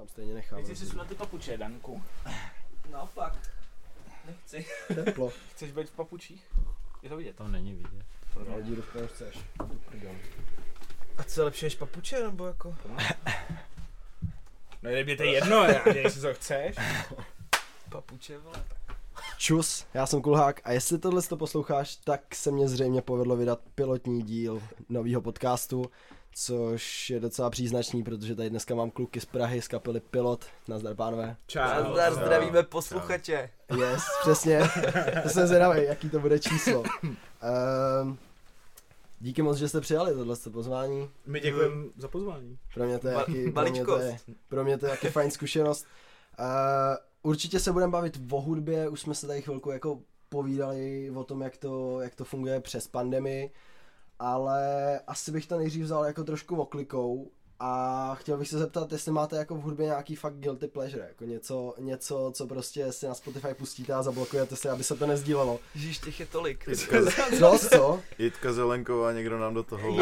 tam stejně nechám. Nechci si na ty papuče, Danku. Naopak. Nechci. Teplo. Chceš být v papučích? Je to vidět. To není vidět. Ale díru v tom chceš. A co je lepší než papuče, nebo jako? No je to jedno, jestli to chceš. Papuče, vole. Čus, já jsem Kulhák a jestli tohle to posloucháš, tak se mně zřejmě povedlo vydat pilotní díl nového podcastu, což je docela příznačný, protože tady dneska mám kluky z Prahy z kapely Pilot. Nazdar, pánové. Nazdar, zdravíme posluchače. Yes, přesně. To jsem zvědavý, jaký to bude číslo. Díky moc, že jste přijali tohle pozvání. My děkujeme za pozvání. Pro mě to je Maličkost. jaký fajn zkušenost. Určitě se budeme bavit o hudbě, už jsme se tady chvilku jako povídali o tom, jak to funguje přes pandemii, ale asi bych to nejdřív vzal jako trošku oklikou a chtěl bych se zeptat, jestli máte jako v hudbě nějaký fakt guilty pleasure, jako něco, co prostě si na Spotify pustíte a zablokujete si, aby se to nezdílelo. Ježíš, těch je tolik. Co? Jitka Zelenková, někdo nám do toho.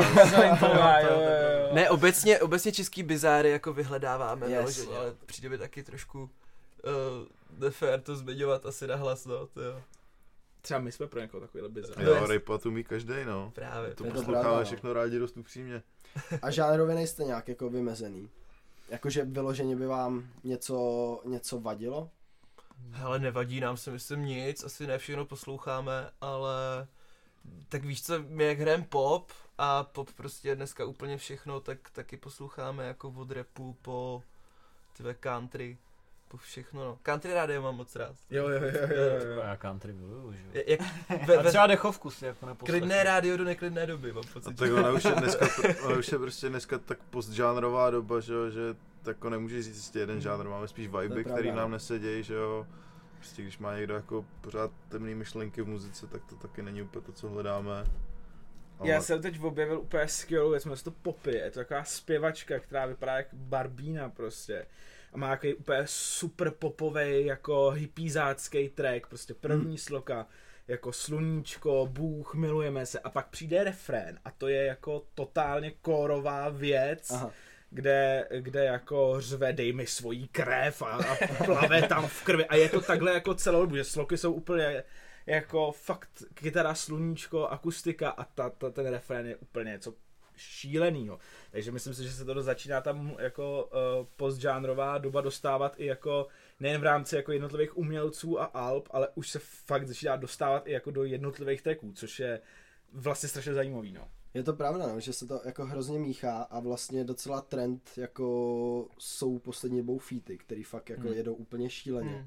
Ne, obecně český bizáry jako vyhledáváme, Yes. ale přijde mi taky trošku nefér to zmiňovat asi nahlas, no, to jo. Třeba my jsme pro někoho takovýhle bizar. Jo, rejpa tu mí každej, no. Právě. To Je to posloucháme pravda, no. všechno rádi dost upřímně. A žánrově nejste nějak jako vymezený? Jakože vyloženě by vám něco vadilo? Hele, nevadí nám si myslím nic, asi ne všechno posloucháme, ale tak víš co, my jak hrajeme pop a pop prostě je dneska úplně všechno, tak taky posloucháme jako od rapu po country, po všechno, no. Country rádio mám moc rád. Jo. Já country miluju, že jo. A třeba dechovku si jako neposlechnu. klidné rádio do neklidné doby, mám A pocit. tak ona už je prostě dneska tak postžánrová doba, že jo, že tako nemůžeš říct prostě jeden žánr, máme spíš vibe, který nám nesedějí, že jo. Prostě když má někdo jako pořád temný myšlenky v muzice, tak to taky není úplně to, co hledáme. Ale... Já jsem teď objevil úplně skvělou věc, jmenuje se to Poppy, je to taková zpěvačka, která vypadá jak Barbína prostě. A má takový úplně super popovej, jako hippiezácký track, prostě první sloka, jako sluníčko, Bůh, milujeme se, a pak přijde refrén a to je jako totálně kórová věc. Aha. Kde jako řve dej mi svojí krev a plave tam v krvi a je to takhle jako celou dobu, že sloky jsou úplně jako fakt kytara, sluníčko, akustika a ten refrén je úplně něco šílenýho. Takže myslím si, že se to začíná tam jako postžánrová doba dostávat i jako nejen v rámci jako jednotlivých umělců a alb, ale už se fakt začíná dostávat i jako do jednotlivých tracků, což je vlastně strašně zajímavý, no. Je to pravda, no, že se to jako hrozně míchá a vlastně docela trend jako jsou poslední dobou featy, který fakt jako jedou úplně šíleně.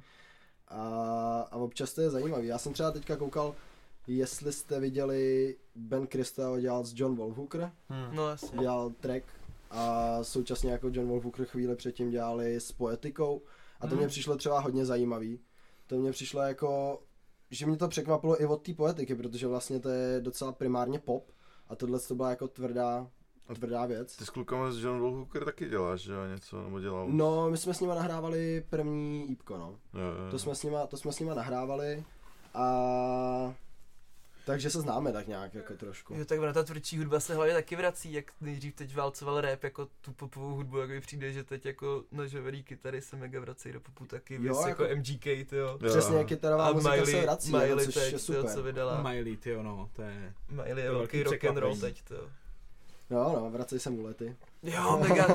A občas to je zajímavý. Já jsem třeba teďka koukal, jestli jste viděli, Ben Crystal dělal s John Wolfhooker, No jasně. dělal track a současně jako John Wolfhooker chvíli předtím dělali s Poetikou a to mě přišlo třeba hodně zajímavý. To mě přišlo jako, že mě to překvapilo i od té Poetiky, protože vlastně to je docela primárně pop. A tohle to byla jako tvrdá věc. Ty s klukama z John Wolfhooker taky děláš, že jo, něco, nebo dělal? No, my jsme s nima nahrávali první jípko, no. Jo. To jsme s nima nahrávali a takže se známe tak nějak jako trošku. Jo, tak ta tvrdší hudba se hlavně taky vrací, jak nejdřív teď válcoval rap jako tu popovou hudbu, jak mi přijde, že teď jako nožoverý kytary se mega vrací do popu taky, jo, jako MGK, tyjo. Přesně, kytarová muzika se vrací, Miley což teď, je super. co vydala. Miley, tyjo, no, to je... Miley je velký rock and roll teď, tyjo. No, vracej se mu lety. Jo, mega.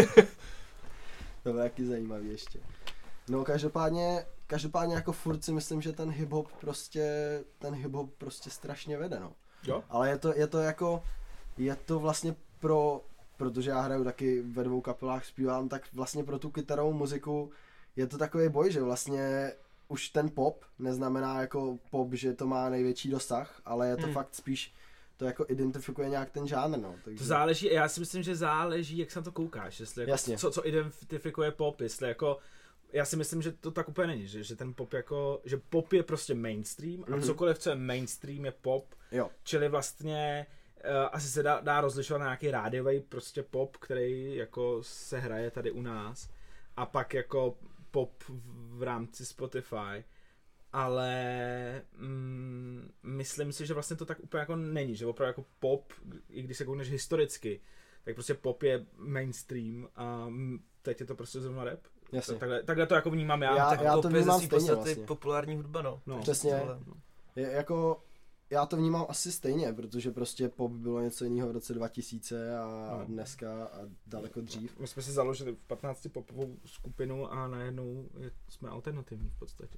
To bylo jaký zajímavý ještě. No, každopádně jako furt si myslím, že ten hip-hop prostě strašně vede, no. Jo? Ale je to vlastně protože já hraju taky ve 2 kapelách, zpívám, tak vlastně pro tu kytarovou muziku je to takový boj, že vlastně už ten pop neznamená jako pop, že to má největší dosah, ale je to fakt spíš, to jako identifikuje nějak ten žánr, no. Takže... To záleží, já si myslím, že záleží, jak se na to koukáš, jestli jako, co identifikuje pop, jestli jako, já si myslím, že to tak úplně není, že ten pop jako, že pop je prostě mainstream a cokoliv, co je mainstream, je pop, jo. Čili Čili vlastně asi se dá rozlišovat na nějaký rádiový prostě pop, který jako se hraje tady u nás a pak jako pop v rámci Spotify. Ale myslím si, že vlastně to tak úplně jako není, že opravdu jako pop, i když se koukneš historicky, tak prostě pop je mainstream a teď je to prostě zrovna rap. Jasně. Takhle to jako vnímám já. Já to vnímám stejně vlastně. Populární hudba, no. Přesně. Jako, já to vnímám asi stejně, protože prostě pop bylo něco jiného v roce 2000 a dneska a daleko dřív. My jsme si založili v 15 popovou skupinu a najednou jsme alternativní v podstatě.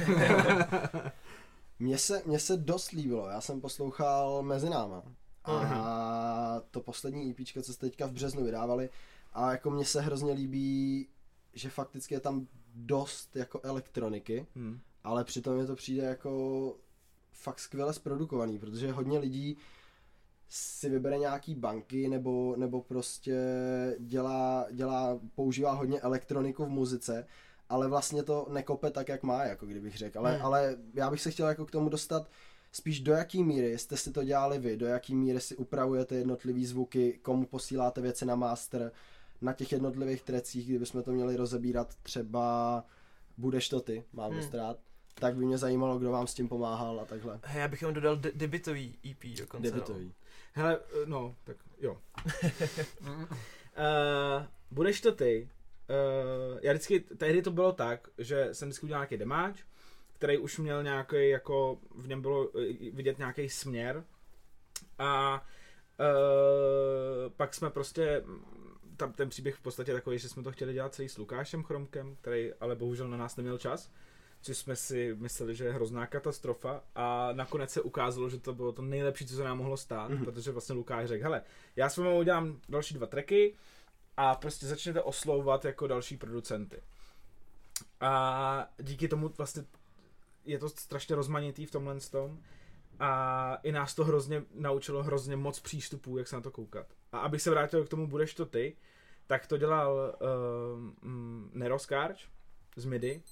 Mně se dost líbilo, já jsem poslouchal Mezi náma a to poslední EPčko, co jste teďka v březnu vydávali, a jako mně se hrozně líbí, že fakticky je tam dost jako elektroniky, ale přitom mi to přijde jako fakt skvěle zprodukovaný, protože hodně lidí si vybere nějaký banky nebo prostě používá hodně elektroniku v muzice, ale vlastně to nekope tak, jak má, jako kdybych řekl. Ale já bych se chtěl jako k tomu dostat spíš do jaký míry jste si to dělali vy, do jaký míry si upravujete jednotlivý zvuky, komu posíláte věci na master, na těch jednotlivých trecích, kdybychom to měli rozebírat třeba Budeš to ty, mám dost rád, tak by mě zajímalo, kdo vám s tím pomáhal a takhle. Já bych vám dodal debitový EP dokonce. Debitový. No. Hele, no, tak jo. Budeš to ty. Já vždycky, tehdy to bylo tak, že jsem vždycky udělal nějaký demáč, který už měl nějaký, jako v něm bylo vidět nějaký směr a pak jsme prostě, tam ten příběh v podstatě takový, že jsme to chtěli dělat celý s Lukášem Chromkem, který ale bohužel na nás neměl čas, což jsme si mysleli, že je hrozná katastrofa a nakonec se ukázalo, že to bylo to nejlepší, co se nám mohlo stát, protože vlastně Lukáš řekl, hele, já s vámi udělám další 2 tracky a prostě začnete oslovovat jako další producenty. A díky tomu vlastně je to strašně rozmanitý v tomhle tom a i nás to hrozně naučilo hrozně moc přístupů, jak se na to koukat. A abych se vrátil k tomu Budeš to ty, tak to dělal Nero Skarč z MIDI,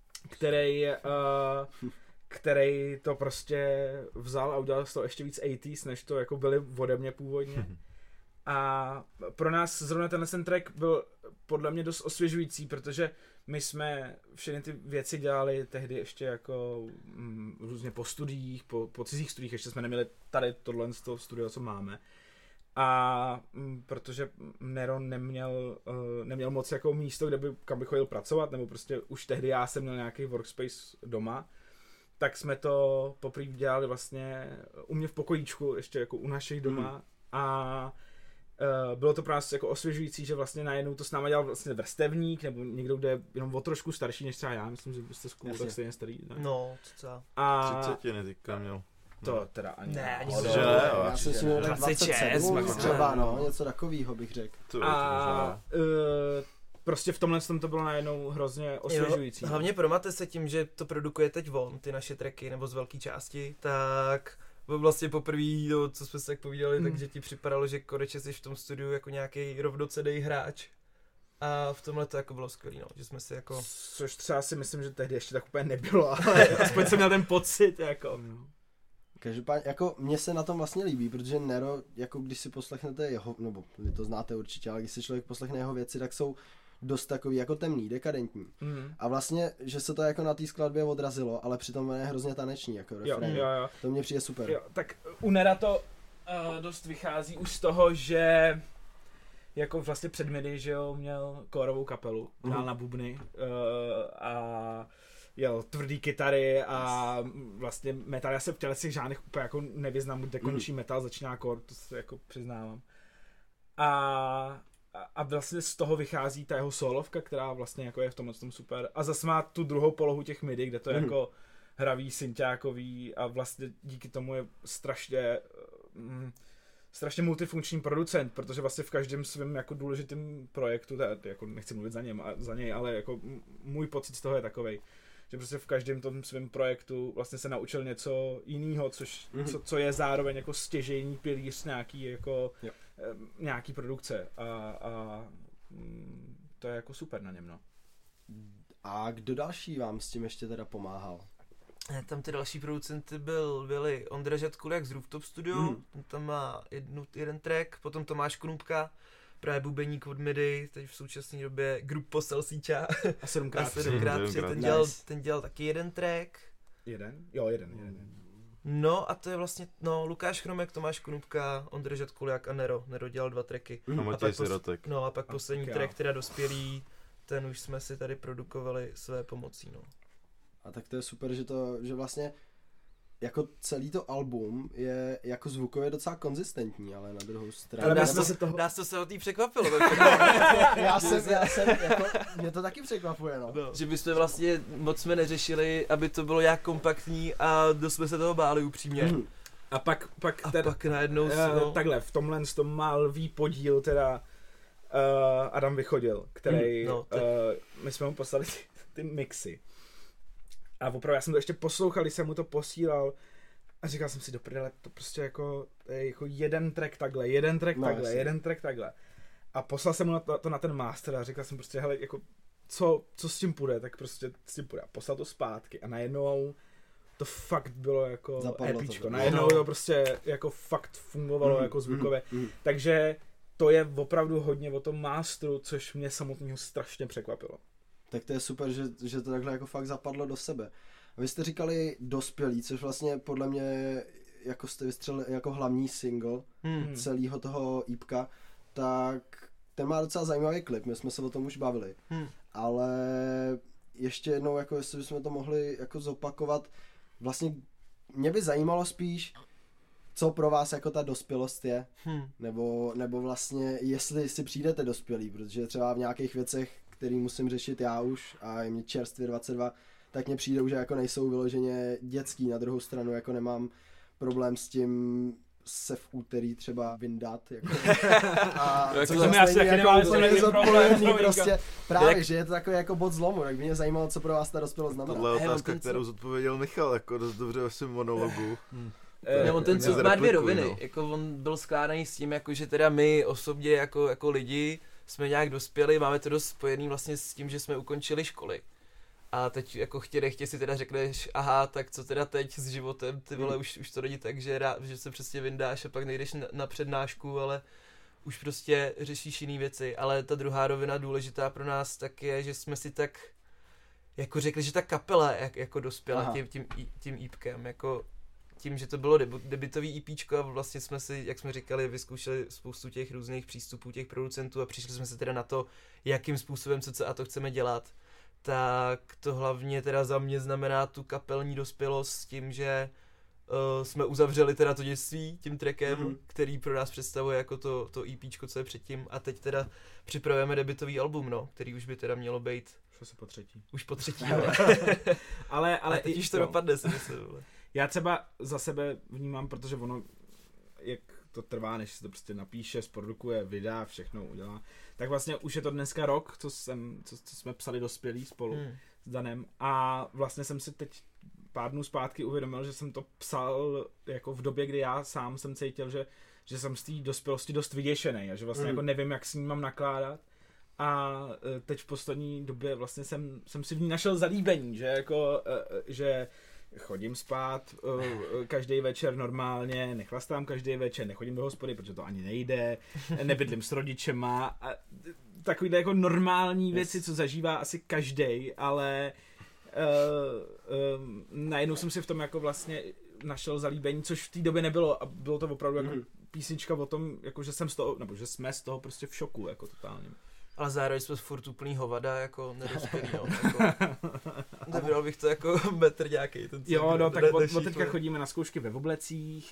který to prostě vzal a udělal z toho ještě víc 80s, než to jako byly ode mě původně. A pro nás zrovna ten track byl podle mě dost osvěžující, protože my jsme všechny ty věci dělali tehdy ještě jako různě po studiích, po cizích studiích, ještě jsme neměli tady tohle z toho studia, co máme. A protože Nero neměl moc jako místo, kam bych chodil pracovat, nebo prostě už tehdy já jsem měl nějaký workspace doma, tak jsme to poprvé dělali vlastně u mě v pokojíčku, ještě jako u našich doma a bylo to pro nás jako osvěžující, že vlastně najednou to s náma dělal vlastně vrstevník, nebo někdo, kde je jenom o trošku starší než třeba já, myslím, že byste tak stejně starý, ne? No, co? A 30 teďka měl. To teda ani ne, ani že ne, já jsem si měl 27, třeba no, něco takovýho bych řekl. A prostě v tomhle to bylo najednou hrozně osvěžující. Jo, hlavně promáte se tím, že to produkuje teď on, ty naše tracky, nebo z velké části, tak vlastně poprvé, co jsme se tak povídali, takže ti připadalo, že konečně jsi v tom studiu jako nějaký rovnocenný hráč. A v tomhle to jako bylo skvělý, no, že jsme si jako... Což třeba si myslím, že tehdy ještě tak úplně nebylo, ale aspoň jsem měl ten pocit, jako... Každopádně, jako mně se na tom vlastně líbí, protože Nero, jako když si poslechnete jeho, nebo vy to znáte určitě, ale když si člověk poslechne jeho věci, tak jsou dost takový jako temný, dekadentní. A vlastně, že se to jako na té skladbě odrazilo, ale přitom je hrozně taneční, jako refrén. Jo. To mně přijde super. Jo, tak u Nera to dost vychází už z toho, že jako vlastně před MIDI, že jo, měl kórovou kapelu, hrál na bubny a jel tvrdý kytary a vlastně metal, já se v těch žádných úplně jako nevyznám, kde končí metal, začíná kor, to se jako přiznávám. A vlastně z toho vychází ta jeho solovka, která vlastně jako je v tomhle tom super. A zase má tu druhou polohu těch MIDI, kde to je jako hravý, synťákový a vlastně díky tomu je strašně multifunkční producent, protože vlastně v každém svém jako důležitým projektu, jako nechci mluvit za něj, ale jako můj pocit z toho je takovej, že prostě v každém tom svém projektu vlastně se naučil něco jiného, co je zároveň jako stěžejní pilíř nějaký jako nějaký produkce a to je jako super na něm, no. A kdo další vám s tím ještě teda pomáhal? Tam ty další producenty byli Ondra Žadkulek z Rooftop Studio, tam má jeden track, potom Tomáš Knumpka, právě bubeník od MIDI, teď v současné době Grupo Salsíča a 7x3, ten dělal taky jeden track. Jeden? Jo, jeden. No a to je vlastně, Lukáš Chromek, Tomáš Konupka, Ondřej Žadkuliak a Nero. Nero dělal 2 tracky. A Matěj Sirotek. A pak poslední track, teda dospělý, ten už jsme si tady produkovali své pomocí, no. A tak to je super, že vlastně jako celý to album je jako zvukově docela konzistentní, ale na druhou stranu... Ale nás to se o tý překvapilo. já jsem jako, mě to taky překvapuje, no. Že byste vlastně moc jsme neřešili, aby to bylo jak kompaktní a dost jsme se toho báli upřímně. A pak najednou takhle, v tomhle tom malý podíl teda Adam Vychodil, který my jsme mu poslali ty mixy. A opravdu já jsem to ještě poslouchal, když jsem mu to posílal a říkal jsem si do prdele, to prostě jako jeden track takhle, jeden track takhle. A poslal jsem mu to na ten master a říkal jsem prostě, hele, jako co s tím půjde, tak prostě s tím půjde. A poslal to zpátky a najednou to fakt bylo jako zapadlo epičko. Najednou to prostě jako fakt fungovalo jako zvukově. Takže to je opravdu hodně o tom masteru, což mě samotného strašně překvapilo. Tak to je super, že to takhle jako fakt zapadlo do sebe. A vy jste říkali dospělí, což vlastně podle mě jako jste vystřelili jako hlavní single celého toho EPka, tak ten má docela zajímavý klip, my jsme se o tom už bavili. Ale ještě jednou, jako jestli bychom to mohli jako zopakovat, vlastně mě by zajímalo spíš, co pro vás jako ta dospělost je, nebo vlastně jestli si přijdete dospělí, protože třeba v nějakých věcech, který musím řešit já už a je mi čerstvě 22, tak mně přijde už jako nejsou vyloženě dětský, na druhou stranu jako nemám problém s tím se v úterý třeba vyndat, jako. A což jsme asi taky nemáme zodpovědný prostě, právě, že je to takový jako bod zlomu, tak by mě zajímalo, co pro vás ta dospělost znamená. Tohle je otázka, kterou zodpověděl Michal, jako dost dobře ve svém monologu. On ten co má 2 roviny, jako on byl skládaný s tím, jako, že teda my osobně jako lidi jsme nějak dospěli, máme to dost spojený vlastně s tím, že jsme ukončili školy. A teď jako chtě si teda řekneš, aha, tak co teda teď s životem, ty vole, už to není tak, že se přesně vyndáš a pak nejdeš na přednášku, ale už prostě řešíš jiný věci. Ale ta druhá rovina důležitá pro nás tak je, že jsme si tak jako řekli, že ta kapela jako dospěla tím EPkem, jako tím, že to bylo debutový EPčko a vlastně jsme si, jak jsme říkali, vyzkoušeli spoustu těch různých přístupů těch producentů a přišli jsme se teda na to, jakým způsobem a to chceme dělat. Tak to hlavně teda za mě znamená tu kapelní dospělost s tím, že jsme uzavřeli teda to dětství tím trackem, který pro nás představuje jako to EPčko, co je předtím a teď teda připravujeme debutový album, který už by teda mělo být už po třetí. ale teď už to dopadne, si myslím. Já třeba za sebe vnímám, protože ono, jak to trvá, než se to prostě napíše, zprodukuje, vydá, všechno udělá, tak vlastně už je to dneska rok, co jsme psali dospělí spolu s Danem a vlastně jsem si teď pár dnů zpátky uvědomil, že jsem to psal jako v době, kdy já sám jsem cítil, že jsem z té dospělosti dost vyděšenej a že vlastně jako nevím, jak s ní mám nakládat. A teď v poslední době vlastně jsem si v ní našel zalíbení, že jako, že chodím spát každý večer normálně, nechlastám každý večer, nechodím do hospody, protože to ani nejde, nebydlím s rodičema a takovýhle jako normální věci, co zažívá asi každej, ale najednou jsem si v tom jako vlastně našel zalíbení, což v té době nebylo a bylo to opravdu jako písnička o tom, jako že jsem z toho, nebo že jsme z toho prostě v šoku, jako totálně. Ale zároveň jsme furt úplný hovada, jako nedospělý, Nebral bych to jako metr nějaký. Jo, no, tak od teďka chodíme na zkoušky ve oblecích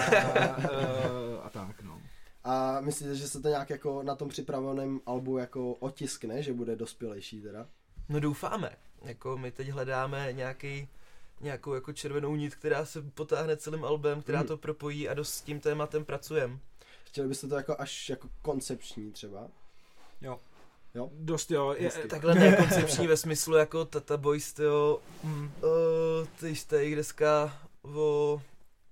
a tak, no. A myslíte, že se to nějak jako na tom připraveném albu jako otiskne, že bude dospělejší teda? No doufáme. Jako my teď hledáme nějakou jako červenou nit, která se potáhne celým albem, která to propojí a dost s tím tématem pracujeme. Chtěli byste to jako až jako koncepční třeba? Jo. Dost jo. Takhle nekoncepční ve smyslu jako Tata Boys, tyjo. Ty jste dneska o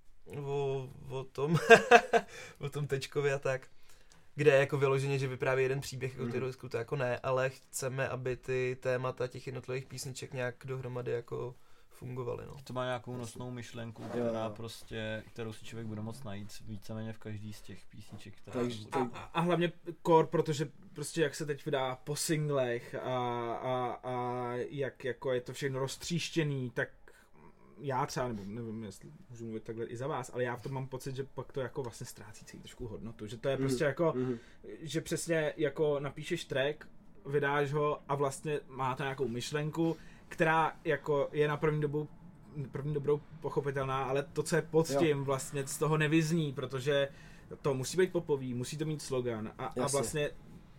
tom Tečkovi a tak. Kde je jako vyloženě, že vypráví jeden příběh, jako ty to jako ne, ale chceme, aby ty témata těch jednotlivých písniček nějak dohromady jako fungovaly, no. To má nějakou nosnou myšlenku, kterou si člověk bude moct najít víceméně v každý z těch písniček. A hlavně core, protože prostě jak se teď vydá po singlech a jak jako je to všechno roztříštěný, tak já třeba, nebo nevím, jestli můžu mluvit takhle i za vás, ale já v tom mám pocit, že pak to jako vlastně ztrácí celý trošku hodnotu, že to je prostě jako, že přesně jako napíšeš track, vydáš ho a vlastně má to nějakou myšlenku, která jako je na první dobrou pochopitelná, ale to, co je pod tím, vlastně z toho nevyzní, protože to musí být popový, musí to mít slogan a vlastně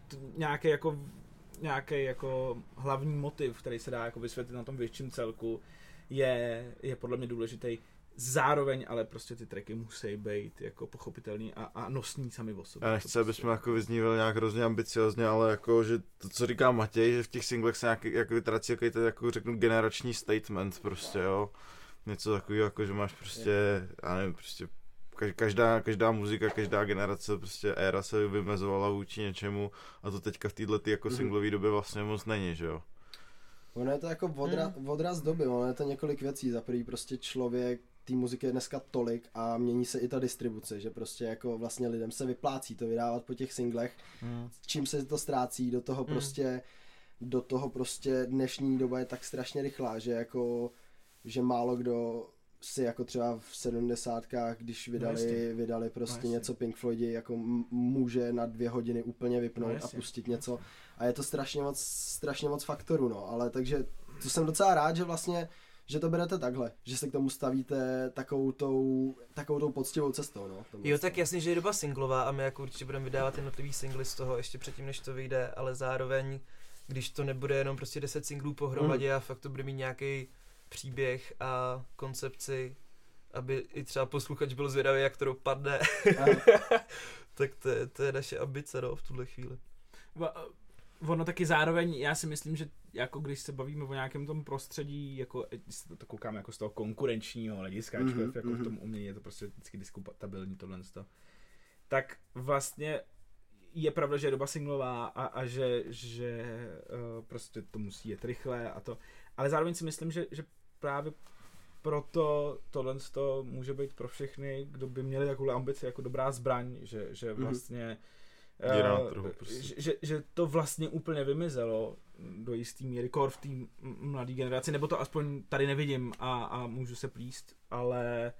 nějaký jako hlavní motiv, který se dá jako vysvětlit na tom větším celku, je podle mě důležitý. Zároveň ale prostě ty tracky musí být jako pochopitelný a nosní sami o sobě. Já nechci, aby jsme jako vyznívali nějak hrozně ambiciozně, ale jako, že to, co říká Matěj, že v těch singlech se nějaký jako vytrací, jako řeknu generační statement prostě, jo. Něco takového, jako že máš prostě, já nevím, prostě každá muzika, každá generace, prostě éra se vymezovala vůči něčemu a to teďka v této jako singlové době vlastně moc není, že jo. Ono je to jako odraz doby, ono je to několik věcí. Za prvý prostě člověk, té muziky je dneska tolik a mění se i ta distribuce, že prostě jako vlastně lidem se vyplácí to vydávat po těch singlech, čím se to ztrácí, do toho prostě dnešní doba je tak strašně rychlá, že jako, že málo kdo si jako třeba v 70kách, když vydali prostě něco Pink Floydi, jako může na 2 hodiny úplně vypnout a pustit něco. A je to strašně moc faktorů, no, ale takže to jsem docela rád, že vlastně, že to berete takhle, že se k tomu stavíte takovou tou poctivou cestou, no. Jo, tak jasně, že je doba singlová a my jako určitě budeme vydávat jednotlivý singly z toho ještě předtím, než to vyjde, ale zároveň, když to nebude jenom prostě 10 singlů pohromadě a fakt to bude mít nějaký příběh a koncepci, aby i třeba posluchač byl zvědavý, jak to dopadne, tak to je naše ambice, no, v tuhle chvíli. Ono taky zároveň, já si myslím, že jako když se bavíme o nějakém tom prostředí, jako to koukáme jako z toho konkurenčního hlediska, jako v tom umění je to prostě vždycky diskutabilní tohle, tak vlastně je pravda, že je doba singlová a že prostě to musí jet rychle a to, ale zároveň si myslím, že právě proto tohle může být pro všechny, kdo by měli takovou ambici jako dobrá zbraň, že vlastně že to vlastně úplně vymizelo do jistý míry, kor v té mladé generaci, nebo to aspoň tady nevidím a můžu se plíst, ale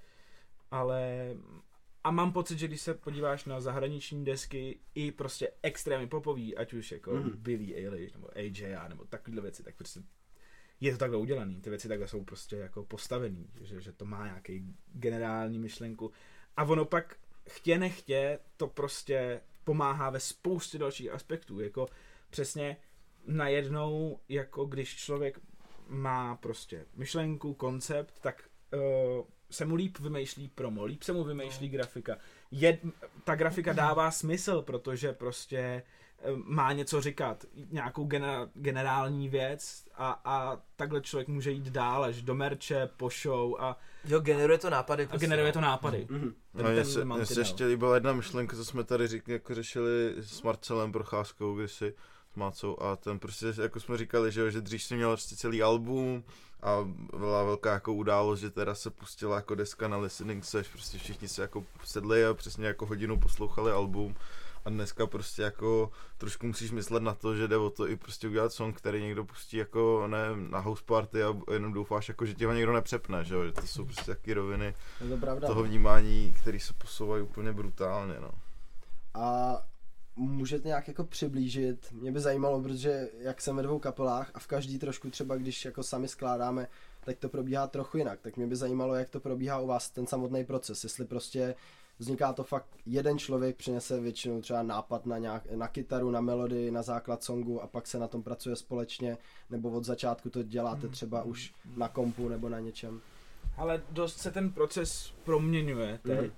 a mám pocit, že když se podíváš na zahraniční desky i prostě extrémně popový, ať už jako Billie Eilish nebo AJR nebo takovýhle věci, tak prostě je to takhle udělaný, ty věci takhle jsou prostě jako postavený, že to má nějaký generální myšlenku a ono pak chtě nechtě to prostě pomáhá ve spoustě dalších aspektů, jako přesně najednou, jako když člověk má prostě myšlenku, koncept, tak se mu líp vymýšlí promo, líp se mu vymýšlí grafika. Ta grafika dává smysl, protože prostě má něco říkat, nějakou generální věc a takhle člověk může jít dál až do merče, po show a... Jo, generuje to nápady. A generuje to nápady. Mně se ještě líbila jedna myšlenka, co jsme tady jako řešili s Marcelem Procházkou kdysi, s Mácou a ten prostě, jako jsme říkali, že dřív si měl prostě celý album a byla velká jako událost, že teda se pustila jako deska na listening session, prostě všichni se jako sedli a přesně jako hodinu poslouchali album. A dneska prostě jako trošku musíš myslet na to, že jde o to i prostě udělat song, který někdo pustí jako ne na house party a jenom doufáš jako, že tě ho někdo nepřepne, že jo, že to jsou prostě taky roviny toho vnímání, které se posouvají úplně brutálně, no. A můžete nějak jako přiblížit, mě by zajímalo, protože jak jsem ve 2 kapelách a v každý trošku třeba, když jako sami skládáme, tak to probíhá trochu jinak, tak mě by zajímalo, jak to probíhá u vás ten samotný proces, jestli prostě vzniká to fakt, jeden člověk přinese většinou třeba nápad na kytaru, na melodii, na základ songu a pak se na tom pracuje společně, nebo od začátku to děláte třeba už na kompu nebo na něčem. Ale dost se ten proces proměňuje teď.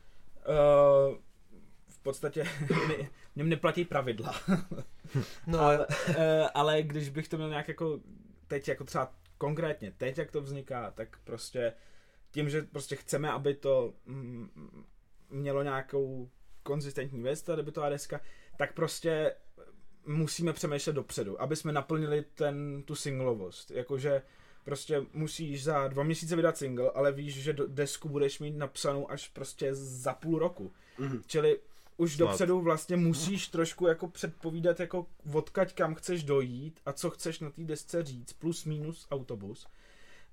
V podstatě něm neplatí pravidla. No. Ale když bych to měl nějak jako teď jako třeba konkrétně, teď jak to vzniká, tak prostě tím, že prostě chceme, aby to mělo nějakou konzistentní věc, ta debutová deska, tak prostě musíme přemýšlet dopředu, aby jsme naplnili tu singlovost. Jakože prostě musíš za 2 měsíce vydat single, ale víš, že desku budeš mít napsanou až prostě za půl roku. Čili už dopředu vlastně musíš trošku jako předpovídat, jako odkaď kam chceš dojít a co chceš na té desce říct, plus minus autobus.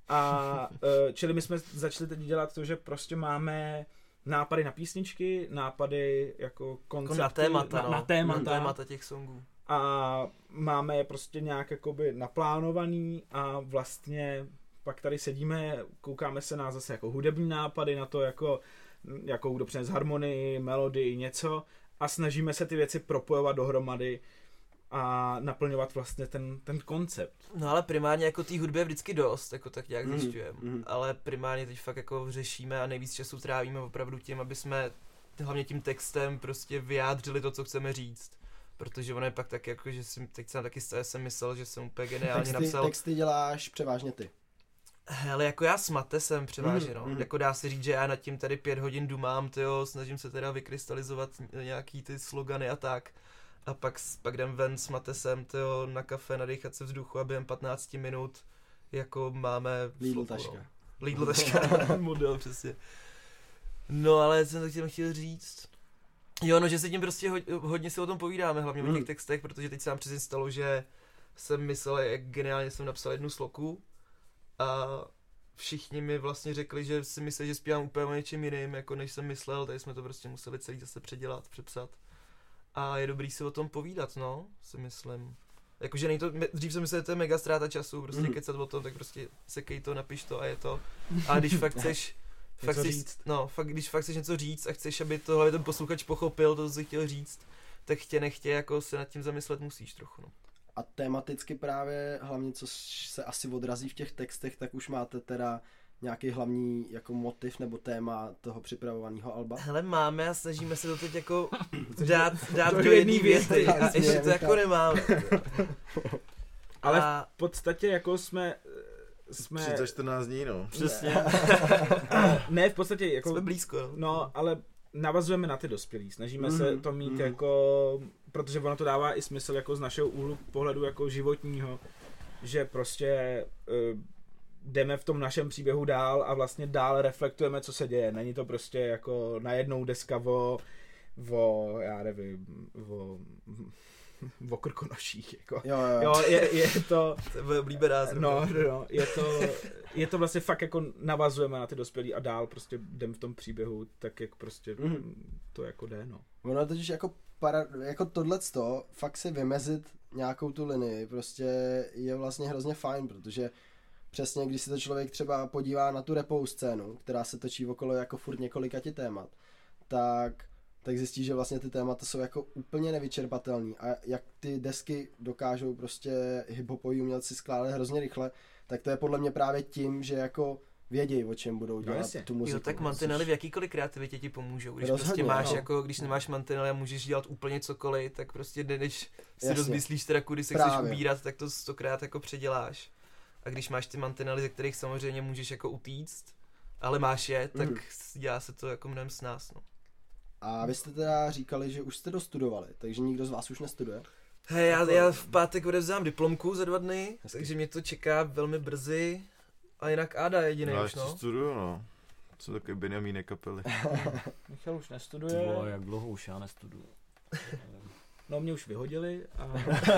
A čili my jsme začali teď dělat to, že prostě máme nápady na písničky, nápady jako koncepty, na témata, na témata těch songů. A máme je prostě nějak jakoby naplánovaný a vlastně pak tady sedíme, koukáme se na zase jako hudební nápady, na to jako kdo přines harmonii, melodii, něco a snažíme se ty věci propojovat dohromady a naplňovat vlastně ten koncept. No ale primárně jako té hudby je vždycky dost, jako tak nějak zjišťujeme. Ale primárně teď fakt jako řešíme a nejvíc času trávíme opravdu tím, aby jsme hlavně tím textem prostě vyjádřili to, co chceme říct. Protože ono je pak tak jako, že teď jsem taky jsem myslel, že jsem úplně geniálně napsal. Texty děláš převážně ty. Hele, jako já s Matesem převážně, no. Jako dá se říct, že já nad tím tady 5 hodin dumám, tyjo, snažím se teda vykrystalizovat nějaký ty slogany a tak. A pak jdem ven s Matesem, tyjo, na kafe, nadechat se vzduchu a během 15 minut jako máme Lidl taška. Lidl taška, model, přesně. No ale jsem to chtěl říct. Jo, no, že se tím prostě hodně si o tom povídáme, hlavně o těch textech, protože teď se nám přesně stalo, že jsem myslel, jak geniálně jsem napsal jednu sloku a všichni mi vlastně řekli, že si myslí, že zpívám úplně o něčem jiným, jako než jsem myslel, takže jsme to prostě museli celý zase předělat, přepsat. A je dobrý si o tom povídat, no, si myslím. Jakože není to, dřív jsem myslel, že to je mega ztráta času, prostě kecat o tom, tak prostě sekej to, napiš to a je to. A když fakt chceš, když fakt chceš něco říct a chceš, aby tohle ten posluchač pochopil, to, co jsi chtěl říct, tak chtě nechtě jako se nad tím zamyslet musíš trochu, no. A tematicky právě, hlavně co se asi odrazí v těch textech, tak už máte teda nějaký hlavní jako motiv nebo téma toho připravovaného alba? Hele, máme a snažíme se to teď jako dát do jedné věty. Ještě to jako nemáme. Ale v podstatě jako jsme 14 dní, no. Přesně. Ne, v podstatě jako... Jsme blízko. No, ale navazujeme na ty dospělí. Snažíme se to mít jako... Protože ono to dává i smysl jako z našeho úhlu pohledu jako životního, že prostě jdeme v tom našem příběhu dál a vlastně dál reflektujeme, co se děje. Není to prostě jako najednou deska já nevím, o krkonoších, jako. Jo, je to... To je oblíbená zrovna. No, je to vlastně fakt jako navazujeme na ty dospělí a dál prostě jdem v tom příběhu, tak jak prostě to jako jde, no. Ono totiž jako tohleto, fakt si vymezit nějakou tu linii, prostě je vlastně hrozně fajn, protože přesně, když se to člověk třeba podívá na tu rapovou scénu, která se točí okolo jako furt několika témat, tak zjistí, že vlastně ty témata jsou jako úplně nevyčerpatelný a jak ty desky dokážou prostě hiphopoví umělci skládat hrozně rychle, tak to je podle mě právě tím, že jako vědějí, o čem budou dělat tu muziku. Jo, tak mantinely v jakýkoliv kreativitě ti pomůžou. Když prostě máš jako, když nemáš mantinely a můžeš dělat úplně cokoliv, tak prostě než si rozmyslíš teda, kudy se chceš ubírat, tak to 100krát jako předěláš. A když máš ty mantinely, ze kterých samozřejmě můžeš jako utíct, ale máš je, tak dělá se to jako mnohem s nás, no. A vy jste teda říkali, že už jste dostudovali, takže nikdo z vás už nestuduje? Hej, já v pátek odevzdám diplomku za 2 dny, takže mě to čeká velmi brzy. A jinak Áda je jediný už, no. Já ještě studuju, no. Jsou takový Benjamíny kapely. Michal už nestuduje. Tvo, jak dlouho už já nestuduju. No, mě už vyhodili a...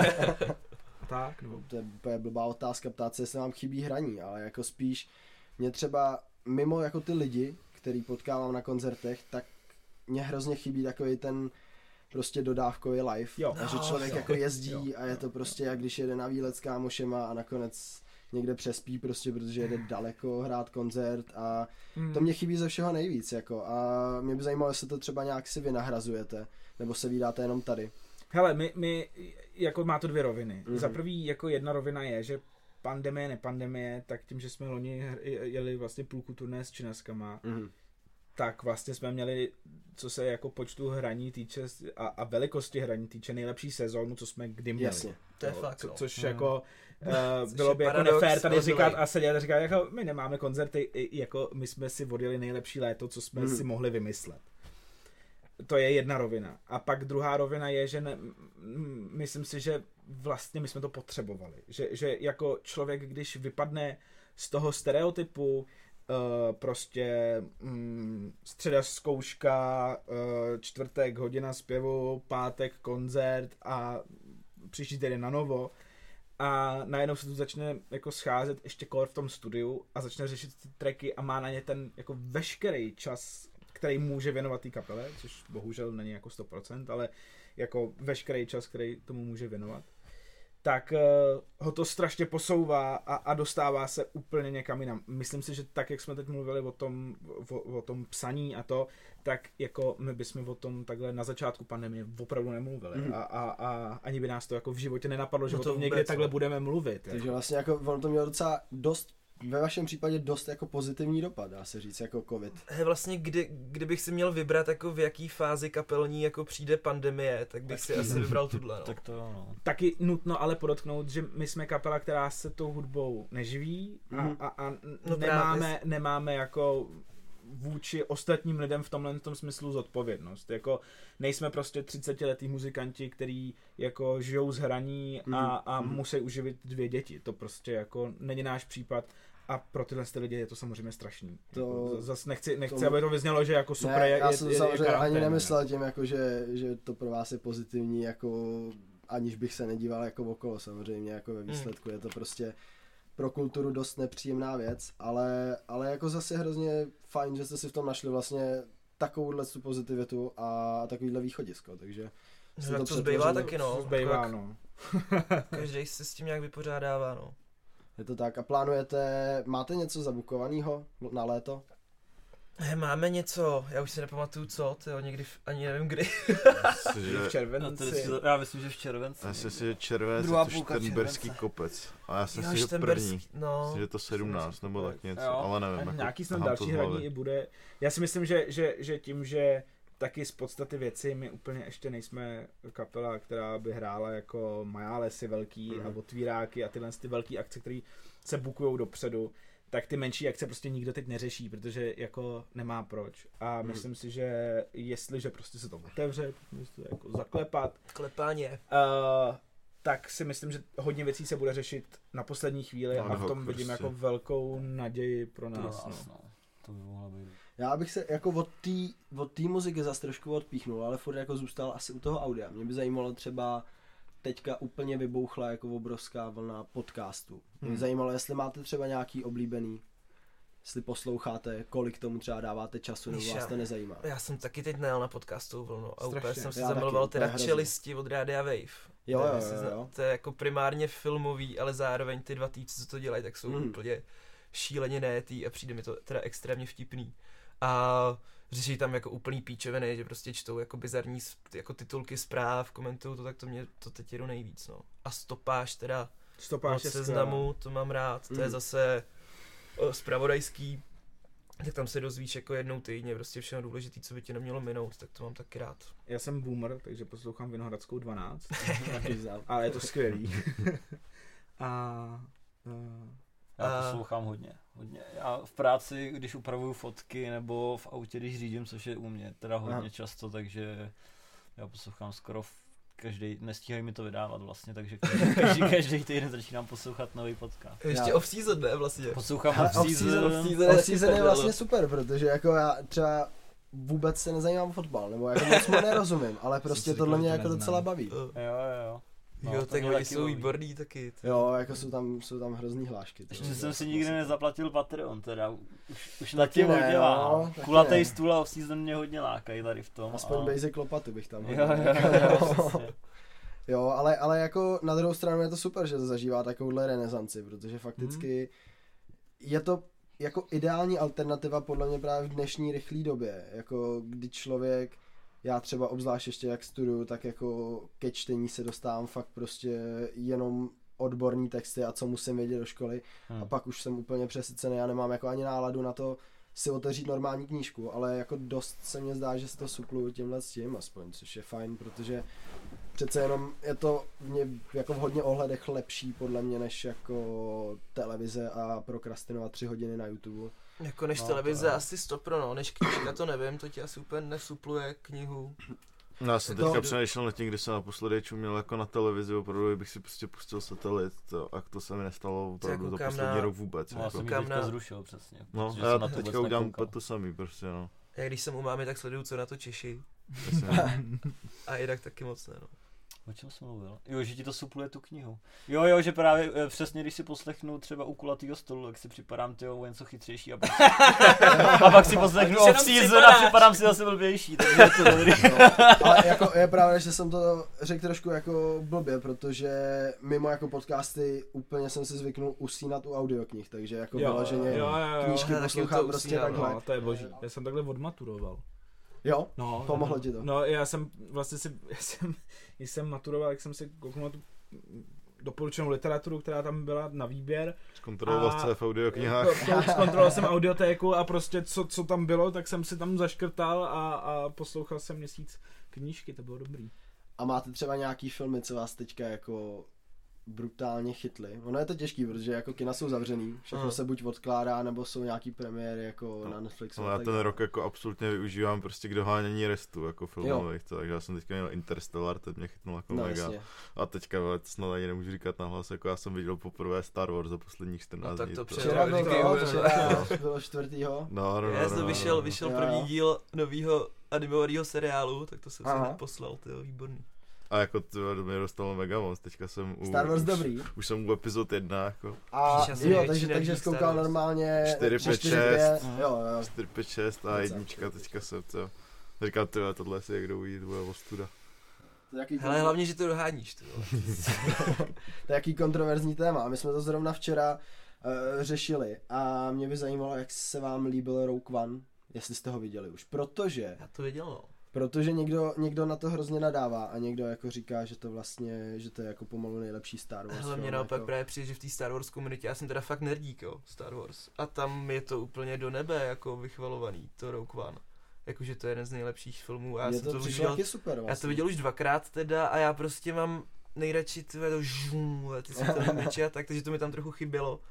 tak, no. To je blbá otázka, ptát se, jestli vám chybí hraní, ale jako spíš mě třeba mimo jako ty lidi, který potkávám na koncertech, tak mě hrozně chybí takový ten prostě dodávkový live. Jo. A že člověk jako jezdí a je to prostě jak když jede na výlet s kámošema a nakonec někde přespí prostě, protože jede daleko hrát koncert a to mě chybí ze všeho nejvíc jako a mě by zajímalo, jestli to třeba nějak si vy nahrazujete nebo se vídáte jenom tady. Hele, my jako má to 2 roviny. Za prvý jako jedna rovina je, že pandemie, nepandemie, tak tím, že jsme loni jeli vlastně půlku turné s činaskama, tak vlastně jsme měli, co se jako počtu hraní týče a velikosti hraní týče, nejlepší sezónu, co jsme kdy měli. Jasně. To je fakt, no. Což jako bylo by jako nefér tady říkat a sedět a říkat, jako my nemáme koncerty, jako my jsme si odjeli nejlepší léto, co jsme si mohli vymyslet. To je jedna rovina. A pak druhá rovina je, že myslím si, že vlastně my jsme to potřebovali. Že jako člověk, když vypadne z toho stereotypu, prostě středa zkouška, čtvrtek hodina zpěvu, pátek koncert a příští týden na novo a najednou se tu začne jako scházet ještě core v tom studiu a začne řešit ty tracky a má na ně ten jako veškerý čas, který může věnovat té kapele, což bohužel není jako 100%, ale jako veškerý čas, který tomu může věnovat, tak ho to strašně posouvá a dostává se úplně někam jinam. Myslím si, že tak, jak jsme teď mluvili o tom psaní a to, tak jako my bychom o tom takhle na začátku pandemie opravdu nemluvili. A ani by nás to jako v životě nenapadlo, že o tom někdy takhle budeme mluvit. Takže jako. vlastně jako ono to mělo docela dost, ve vašem případě dost jako pozitivní dopad, dá se říct, jako covid. Vlastně kdybych si měl vybrat, jako v jaký fázi kapelní jako přijde pandemie, tak bych si asi vybral tuhle. No. Tak to no. Taky nutno ale podotknout, že my jsme kapela, která se tou hudbou neživí a nemáme jako vůči ostatním lidem v tomhle tom smyslu zodpovědnost. Jako nejsme prostě 30letý muzikanti, který jako žijou z hraní a musí uživit 2 děti. To prostě jako není náš případ. A pro tyhle lidi je to samozřejmě strašný. Zase nechci, aby to vyznělo, že jako super ne, je. Já jsem samozřejmě ani nemyslel tím, jako, že to pro vás je pozitivní, jako aniž bych se nedíval jako okolo, samozřejmě jako ve výsledku je to prostě pro kulturu dost nepříjemná věc, ale jako zase hrozně fajn, že jste si v tom našli vlastně takovouhle tu pozitivitu a takovýhle východisko, takže to zbývá taky, no. Zbývá, no. Každý se s tím nějak vypořádává, no. Je to tak. A máte něco zabukovaného na léto? Máme něco, já už si nepamatuju co, někdy, ani nevím kdy. V červenci. Já myslím, že v červenci. Já si myslím, že červenec je to Šternberský kopec. A já si myslím, že první. No. Myslím, že to 17 nebo tak něco, ale nevím. Jako nějaký snad další hraní i bude. Já si myslím, že tím, že taky z podstaty věci my úplně ještě nejsme kapela, která by hrála jako majálesy velký a otvíráky a tyhle ty velký akce, které se bukujou dopředu, tak ty menší akce prostě nikdo teď neřeší, protože jako nemá proč. A myslím si, že jestliže prostě se to otevře, jako zaklepat. Klepání. Tak si myslím, že hodně věcí se bude řešit na poslední chvíli a v tom vidím prostě jako velkou naději pro nás. No. To by mohla být. Já bych se jako od té muziky zase trošku odpíchnul, ale furt jako zůstal asi u toho audia. Mě by zajímalo třeba teďka úplně vybouchla jako obrovská vlna podcastů. Mě by zajímalo, jestli máte třeba nějaký oblíbený, jestli posloucháte, kolik tomu třeba dáváte času, nebo vás to nezajímá. Já jsem taky teď najel na podcastovou vlnu a úplně strašně. jsem se zamiloval teda Čelisti od Rádia Wave. Jo. To je jako primárně filmový, ale zároveň ty 2 týpci, co to dělají, tak jsou úplně šíleně najetý a přijde mi to teda extrémně vtipný. A řeší tam jako úplný píčoviny, že prostě čtou jako bizarní jako titulky zpráv, komentují to, tak to mě to teď jedu nejvíc, no. A Stopáž teda od Seznamu, to mám rád, to je zase zpravodajský, tak tam se dozvíš jako jednou týdně prostě všechno důležitý, co by ti nemělo minout, tak to mám taky rád. Já jsem boomer, takže poslouchám Vinohradskou 12, ale je to skvělý. Já poslouchám hodně. Já v práci, když upravuju fotky, nebo v autě, když řídím, což je u mě teda hodně často, takže já poslouchám skoro nestíhají mi to vydávat vlastně, takže každý týden začínám poslouchat nový podcast. Ještě off-season, ne vlastně? Poslouchám off-season je vlastně super, protože jako já třeba vůbec se nezajímám o fotbal, nebo jako moc mu nerozumím, ale prostě tohle mě jako docela baví. Jo. No, tak oni jsou výborný taky. Jo, jako jsou tam hrozný hlášky. Ještě jsem si nikdy nezaplatil Patreon, teda už na tím hodně váhám. Kulatej stůl a off-season mě hodně lákají tady v tom. Aspoň basic lopatu bych tam Jo. Jo, ale jako na druhou stranu je to super, že to zažívá takovouhle renesanci, protože fakticky je to jako ideální alternativa podle mě právě v dnešní rychlé době, jako kdy člověk, já třeba obzvlášť ještě jak studuju, tak jako ke čtení se dostávám fakt prostě jenom odborní texty a co musím vědět do školy a pak už jsem úplně přesycený, já nemám jako ani náladu na to si otevřít normální knížku, ale jako dost se mně zdá, že si to supluju tímhle s tím aspoň, což je fajn, protože přece jenom je to jako v hodně ohledech lepší podle mě, než jako televize a prokrastinovat 3 hodiny na YouTube. Jako než televize asi 100%, no, než knížka to nevím, to ti asi úplně nesupluje knihu. No, já jsem teďka přemýšlel nad tím, kdy jsem naposledy čuměl jako na televizi, opravdu bych si prostě pustil satelit, a to se mi nestalo opravdu za poslední rok vůbec. No, já jsem ji teďka zrušil přesně. No, já teďka udělám to samý prostě, no. Já když jsem u mámy, tak sleduju, co na to Češi. A jinak taky moc ne, no. O čem jsem mluvil? Jo, že ti to supluje tu knihu. Jo, že právě přesně, když si poslechnu třeba u kulatýho stolu, tak si připadám o něco chytřejší a pak si poslechnu off-season a připadám si zase blbější, takže je to dobrý. Ale jako je právě, že jsem to řekl trošku jako blbě, protože mimo jako podcasty úplně jsem si zvyknul usínat u audioknih, takže jako vyloženě knížky poslouchám prostě takhle. No, to je boží. Já jsem takhle odmaturoval. Jo? No, pomohlo ti to? No, já jsem vlastně když jsem maturoval, jak jsem si kouknul na tu doporučenou literaturu, která tam byla na výběr. Zkontroloval jsi v audioknihách. Zkontroloval jsem audiotéku a prostě co tam bylo, tak jsem si tam zaškrtal a poslouchal jsem měsíc knížky, to bylo dobrý. A máte třeba nějaký filmy, co vás teďka jako brutálně chytli? Ono je to těžký, protože jako kina jsou zavřený, všechno se buď odkládá, nebo jsou nějaký premiéry jako na Netflixu. No, já ten rok jako absolutně využívám prostě k dohánění restu jako filmových, takže já jsem teďka měl Interstellar, teď mě chytnul jako mega. Jasně. A teďka snad ani nemůžu říkat nahlas, jako já jsem viděl poprvé Star Wars za posledních 14 dní. Včera bylo 4. No. Vyšel první díl novýho animovaného seriálu, tak to jsem si hned poslal, to je výborný. A jako to mě dostalo mega moc, teďka jsem Star Wars dobrý. Už jsem u epizod 1 jako. A jo, takže zkoukal normálně 4, 5, 6. Jo. 4, 5, 6 a jednička teďka jsem to. Říkám, tohle si někdo uvidí, to bude ostuda. Hele, hlavně, že to doháníš, to je jaký kontroverzní téma. My jsme to zrovna včera řešili a mě by zajímalo, jak se vám líbil Rogue One, jestli jste ho viděli už, protože... Já to viděl, no. Protože někdo na to hrozně nadává a někdo jako říká, že to vlastně, že to je jako pomalu nejlepší Star Wars. Hele, mě naopak právě přijde, že v té Star Wars komunitě, já jsem teda fakt nerdík, jo, Star Wars. A tam je to úplně do nebe jako vychvalovaný, to Rogue One. Jakože to je jeden z nejlepších filmů a já jsem to viděl, super vlastně. Já to viděl už 2krát teda a já prostě mám nejradši ty světelné meče a tak, takže to mi tam trochu chybělo.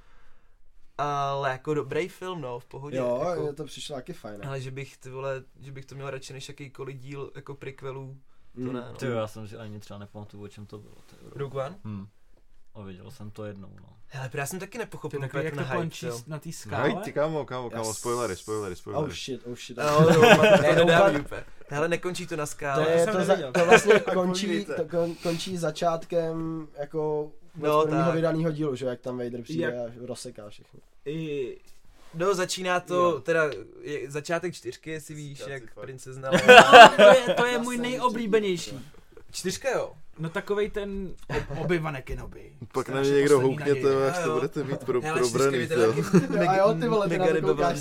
Ale jako dobrý film, no, v pohodě. Jo, jako, to přišlo taky fajn. Ale že bych to měl radši než jakýkoliv díl jako prequelů, to ne, no. Ty já jsem si ani třeba nepamatuju, o čem to bylo. Rogue One? A viděl jsem to jednou, no. Hele, já jsem taky nepochopil, tak jak to končí na té skále. Hej, kámo, spoilery. Oh shit. Hele, nekončí to na skále. To vlastně končí začátkem jako prvního vydaného dílu, že jak tam Vader přijde a rozseká všechno. No, začíná to, teda začátek 4, jestli víš, jak princezna. To je můj nejoblíbenější. 4, jo. No takovej ten Obi-Wan Kenobi. Pak na mě někdo houkněte, až to budete mít probraný. A jo, ty vole, ty na to koukáš,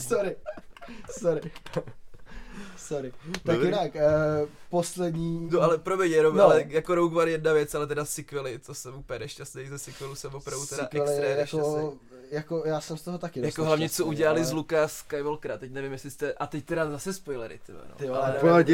sorry. Tak jinak, poslední... No ale promiň jenom, ale jako Rogue One jedna věc, ale teda sequely, to jsem úplně nešťastný, ze sequelu jsem opravdu teda extra nešťastný. Jako já jsem z toho taky jako hlavně co udělali z Luka Skywalkera, teď nevím jestli jste, a teď teda zase spoilery, ty vole.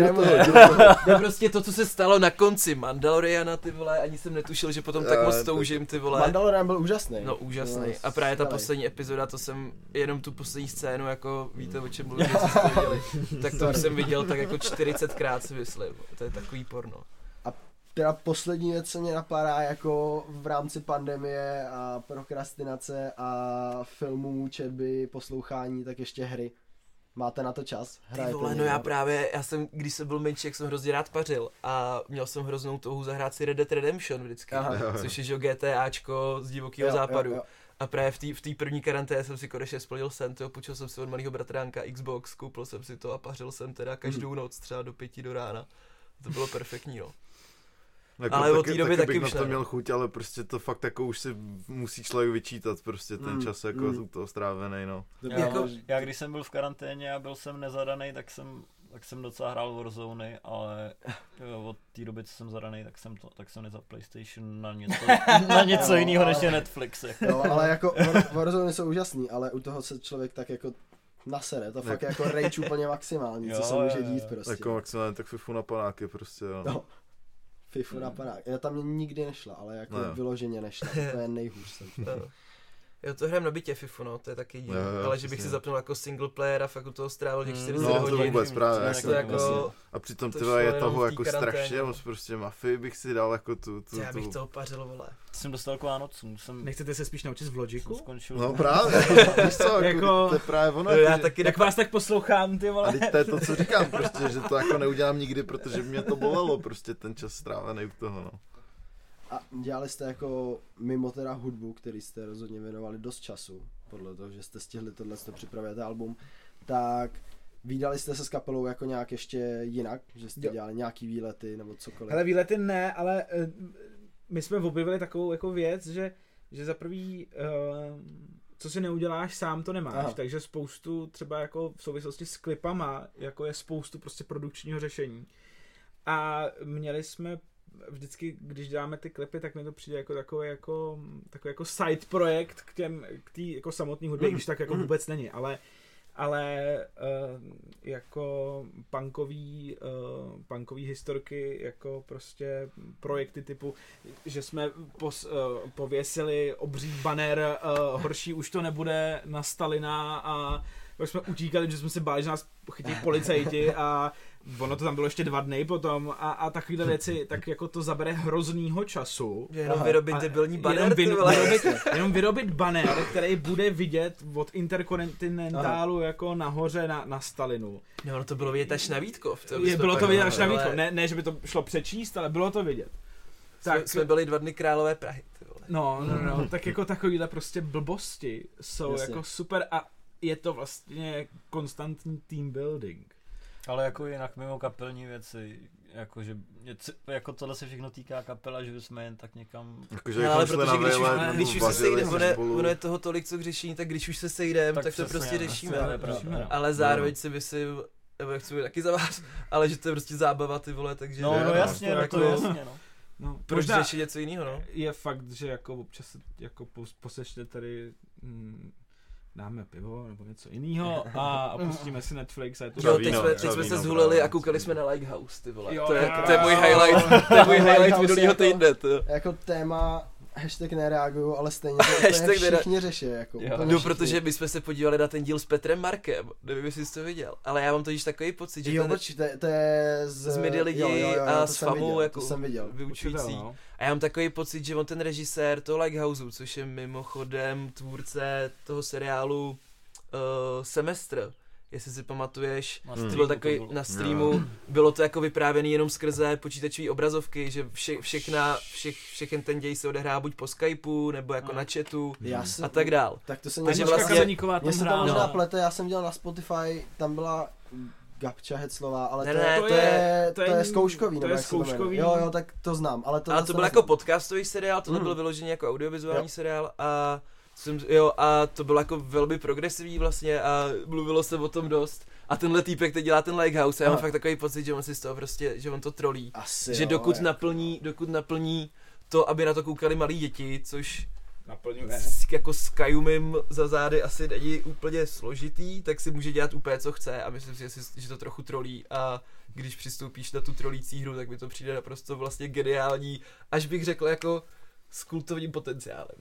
No prostě to, co se stalo na konci Mandaloriana, ty vole, ani jsem netušil, že potom tak moc toužím, ty vole. Mandalorian byl úžasný. No úžasný. A právě ta poslední epizoda, to jsem jenom tu poslední scénu, jako víte o čem mluvím, jestli jste viděli, tak to už jsem viděl tak jako 40krát si myslím, to je takový porno. Teda poslední věc, co mě napadá jako v rámci pandemie a prokrastinace a filmů, četby, poslouchání, tak ještě hry. Máte na to čas? Ty vole, no já jsem, když jsem byl menší, jak jsem hrozně rád pařil a měl jsem hroznou touhu zahrát si Red Dead Redemption vždycky, což je že GTAčko z divokého západu. Jo. A právě v té první karanténě jsem si konečně splnil sen, půjčil jsem si od malého bratránka Xbox, koupil jsem si to a pařil jsem teda každou noc třeba do 5 do rána. To bylo perfektní, no. Jako ale od té doby taky bych na to měl chuť, ale prostě to fakt jako už si musí člověk vyčítat prostě ten čas jako u toho strávený, no. Já když jsem byl v karanténě a byl jsem nezadaný, tak jsem docela hrál Warzone, ale od té doby, co jsem zadaný, tak jsem nezal PlayStation na něco jiného než je Netflix. No, ale jako Warzone jsou úžasný, ale u toho se člověk tak jako nasere, to fakt jako rage úplně maximální, co se může dít prostě. Jako maximálně tak FIFU na panáky prostě, jo. No. FIFU na panák. Já tam mě nikdy nešla, ale jako vyloženě nešla. To je nejhůř jsem. Jo, to hrám na bytě FIFU, no, to je taky jiný. Ale že bych si zapnul jako single player a fakt u toho strávil těch 40 hodin. No, to vůbec právě. Jako, a přitom tyhle je toho jako strašně moc, prostě mafii bych si dal jako tu. Já bych to opařil, vole. Jsem dostal k Vánocům. Nechcete se spíš naučit v Logiku? No právě, víš co, jako, to je právě ono. Já taky, tak vás tak poslouchám, ty vole. A to je to, co říkám, prostě, že to jako neudělám nikdy, protože mě to bolelo, prostě ten čas strávený u toho, no. a dělali jste jako mimo teda hudbu, který jste rozhodně věnovali dost času, podle toho, že jste stihli tohle připravit album, tak vídali jste se s kapelou jako nějak ještě jinak, že jste dělali nějaký výlety nebo cokoliv? Hele, výlety ne, ale my jsme objevili takovou jako věc, že za prvý, co si neuděláš sám, to nemáš. Aha. Takže spoustu třeba jako v souvislosti s klipama, jako je spoustu prostě produkčního řešení. A měli jsme vždycky, když děláme ty klipy, tak mi to přijde jako takový jako side projekt k té jako samotné hudbě, když tak jako vůbec není, ale jako punkový historky, jako prostě projekty typu, že jsme pověsili obří banner horší už to nebude na Stalina a pak jsme utíkali, že jsme se báli, že nás chytí policajti a ono to tam bylo ještě 2 dny potom a takovýhle věci, tak jako to zabere hroznýho času. Jenom vyrobit debilní banner, jenom vyrobit banner, který bude vidět od Interkontinentálu jako nahoře na Stalinu. No, to bylo vidět až na Vítkov. Bylo to vidět až na Vítkov, ne, že by to šlo přečíst, ale bylo to vidět. Tak jsme byli 2 dny králové Prahy. No, tak jako takovýhle prostě blbosti jsou jako super a je to vlastně konstantní team building. Ale jako jinak mimo kapelní věci, jakože jako tohle se všechno týká kapela, že jsme jen tak někam... Jakože ale protože když už se sejdeme, ono je toho tolik co k řešení, tak když už se sejdeme, tak to prostě řešíme. Ale zároveň si myslím, nebo chci taky za vás, ale že to je prostě zábava ty vole, takže... No jasně, to jasně, no. No, proč řešit něco jiného, no? Je fakt, že jako občas jako posečte tady dáme pivo nebo něco jiného a pustíme si Netflix a je to... Jo, teď jsme se zhulili a koukali jsme na Lighthouse, ty vole. To je můj highlight, to je můj highlight minulýho týdne, jako téma hashtag nereaguju, ale stejně to všichni řeší, jako. No, protože my jsme se podívali na ten díl s Petrem Markem, nevím, jestli jsi to viděl, ale já mám totiž takový pocit, že to je z Midi lidí a s Famou jako vyučující. No. A já mám takový pocit, že on ten režisér toho Lighthouseu, což je mimochodem tvůrce toho seriálu Semestr, jestli si pamatuješ, to byl takový na streamu, bylo to jako vyprávěný jenom skrze počítačové obrazovky, že všechen ten děj se odehrá buď po Skypeu, nebo jako na chatu a tak dál. Tak to se vlastně, mě se to možná plete, já jsem dělal na Spotify, tam byla Gabča Heclová, ale to je zkouškový. To je zkouškový. Jo, tak to znám. Ale to byl jako podcastový seriál, tohle byl vyložený jako audiovizuální seriál a to bylo jako velmi progresivní vlastně a mluvilo se o tom dost. A tenhle týpek teď dělá ten Lighthouse a já mám fakt takový pocit, že on si z toho prostě, že on to trolí. Asi že dokud naplní to, aby na to koukali malí děti, což jako s Kajumim za zády asi není úplně složitý, tak si může dělat úplně co chce a myslím si, že to trochu trolí a když přistoupíš na tu trolící hru, tak mi to přijde naprosto vlastně geniální, až bych řekl jako s kultovním potenciálem.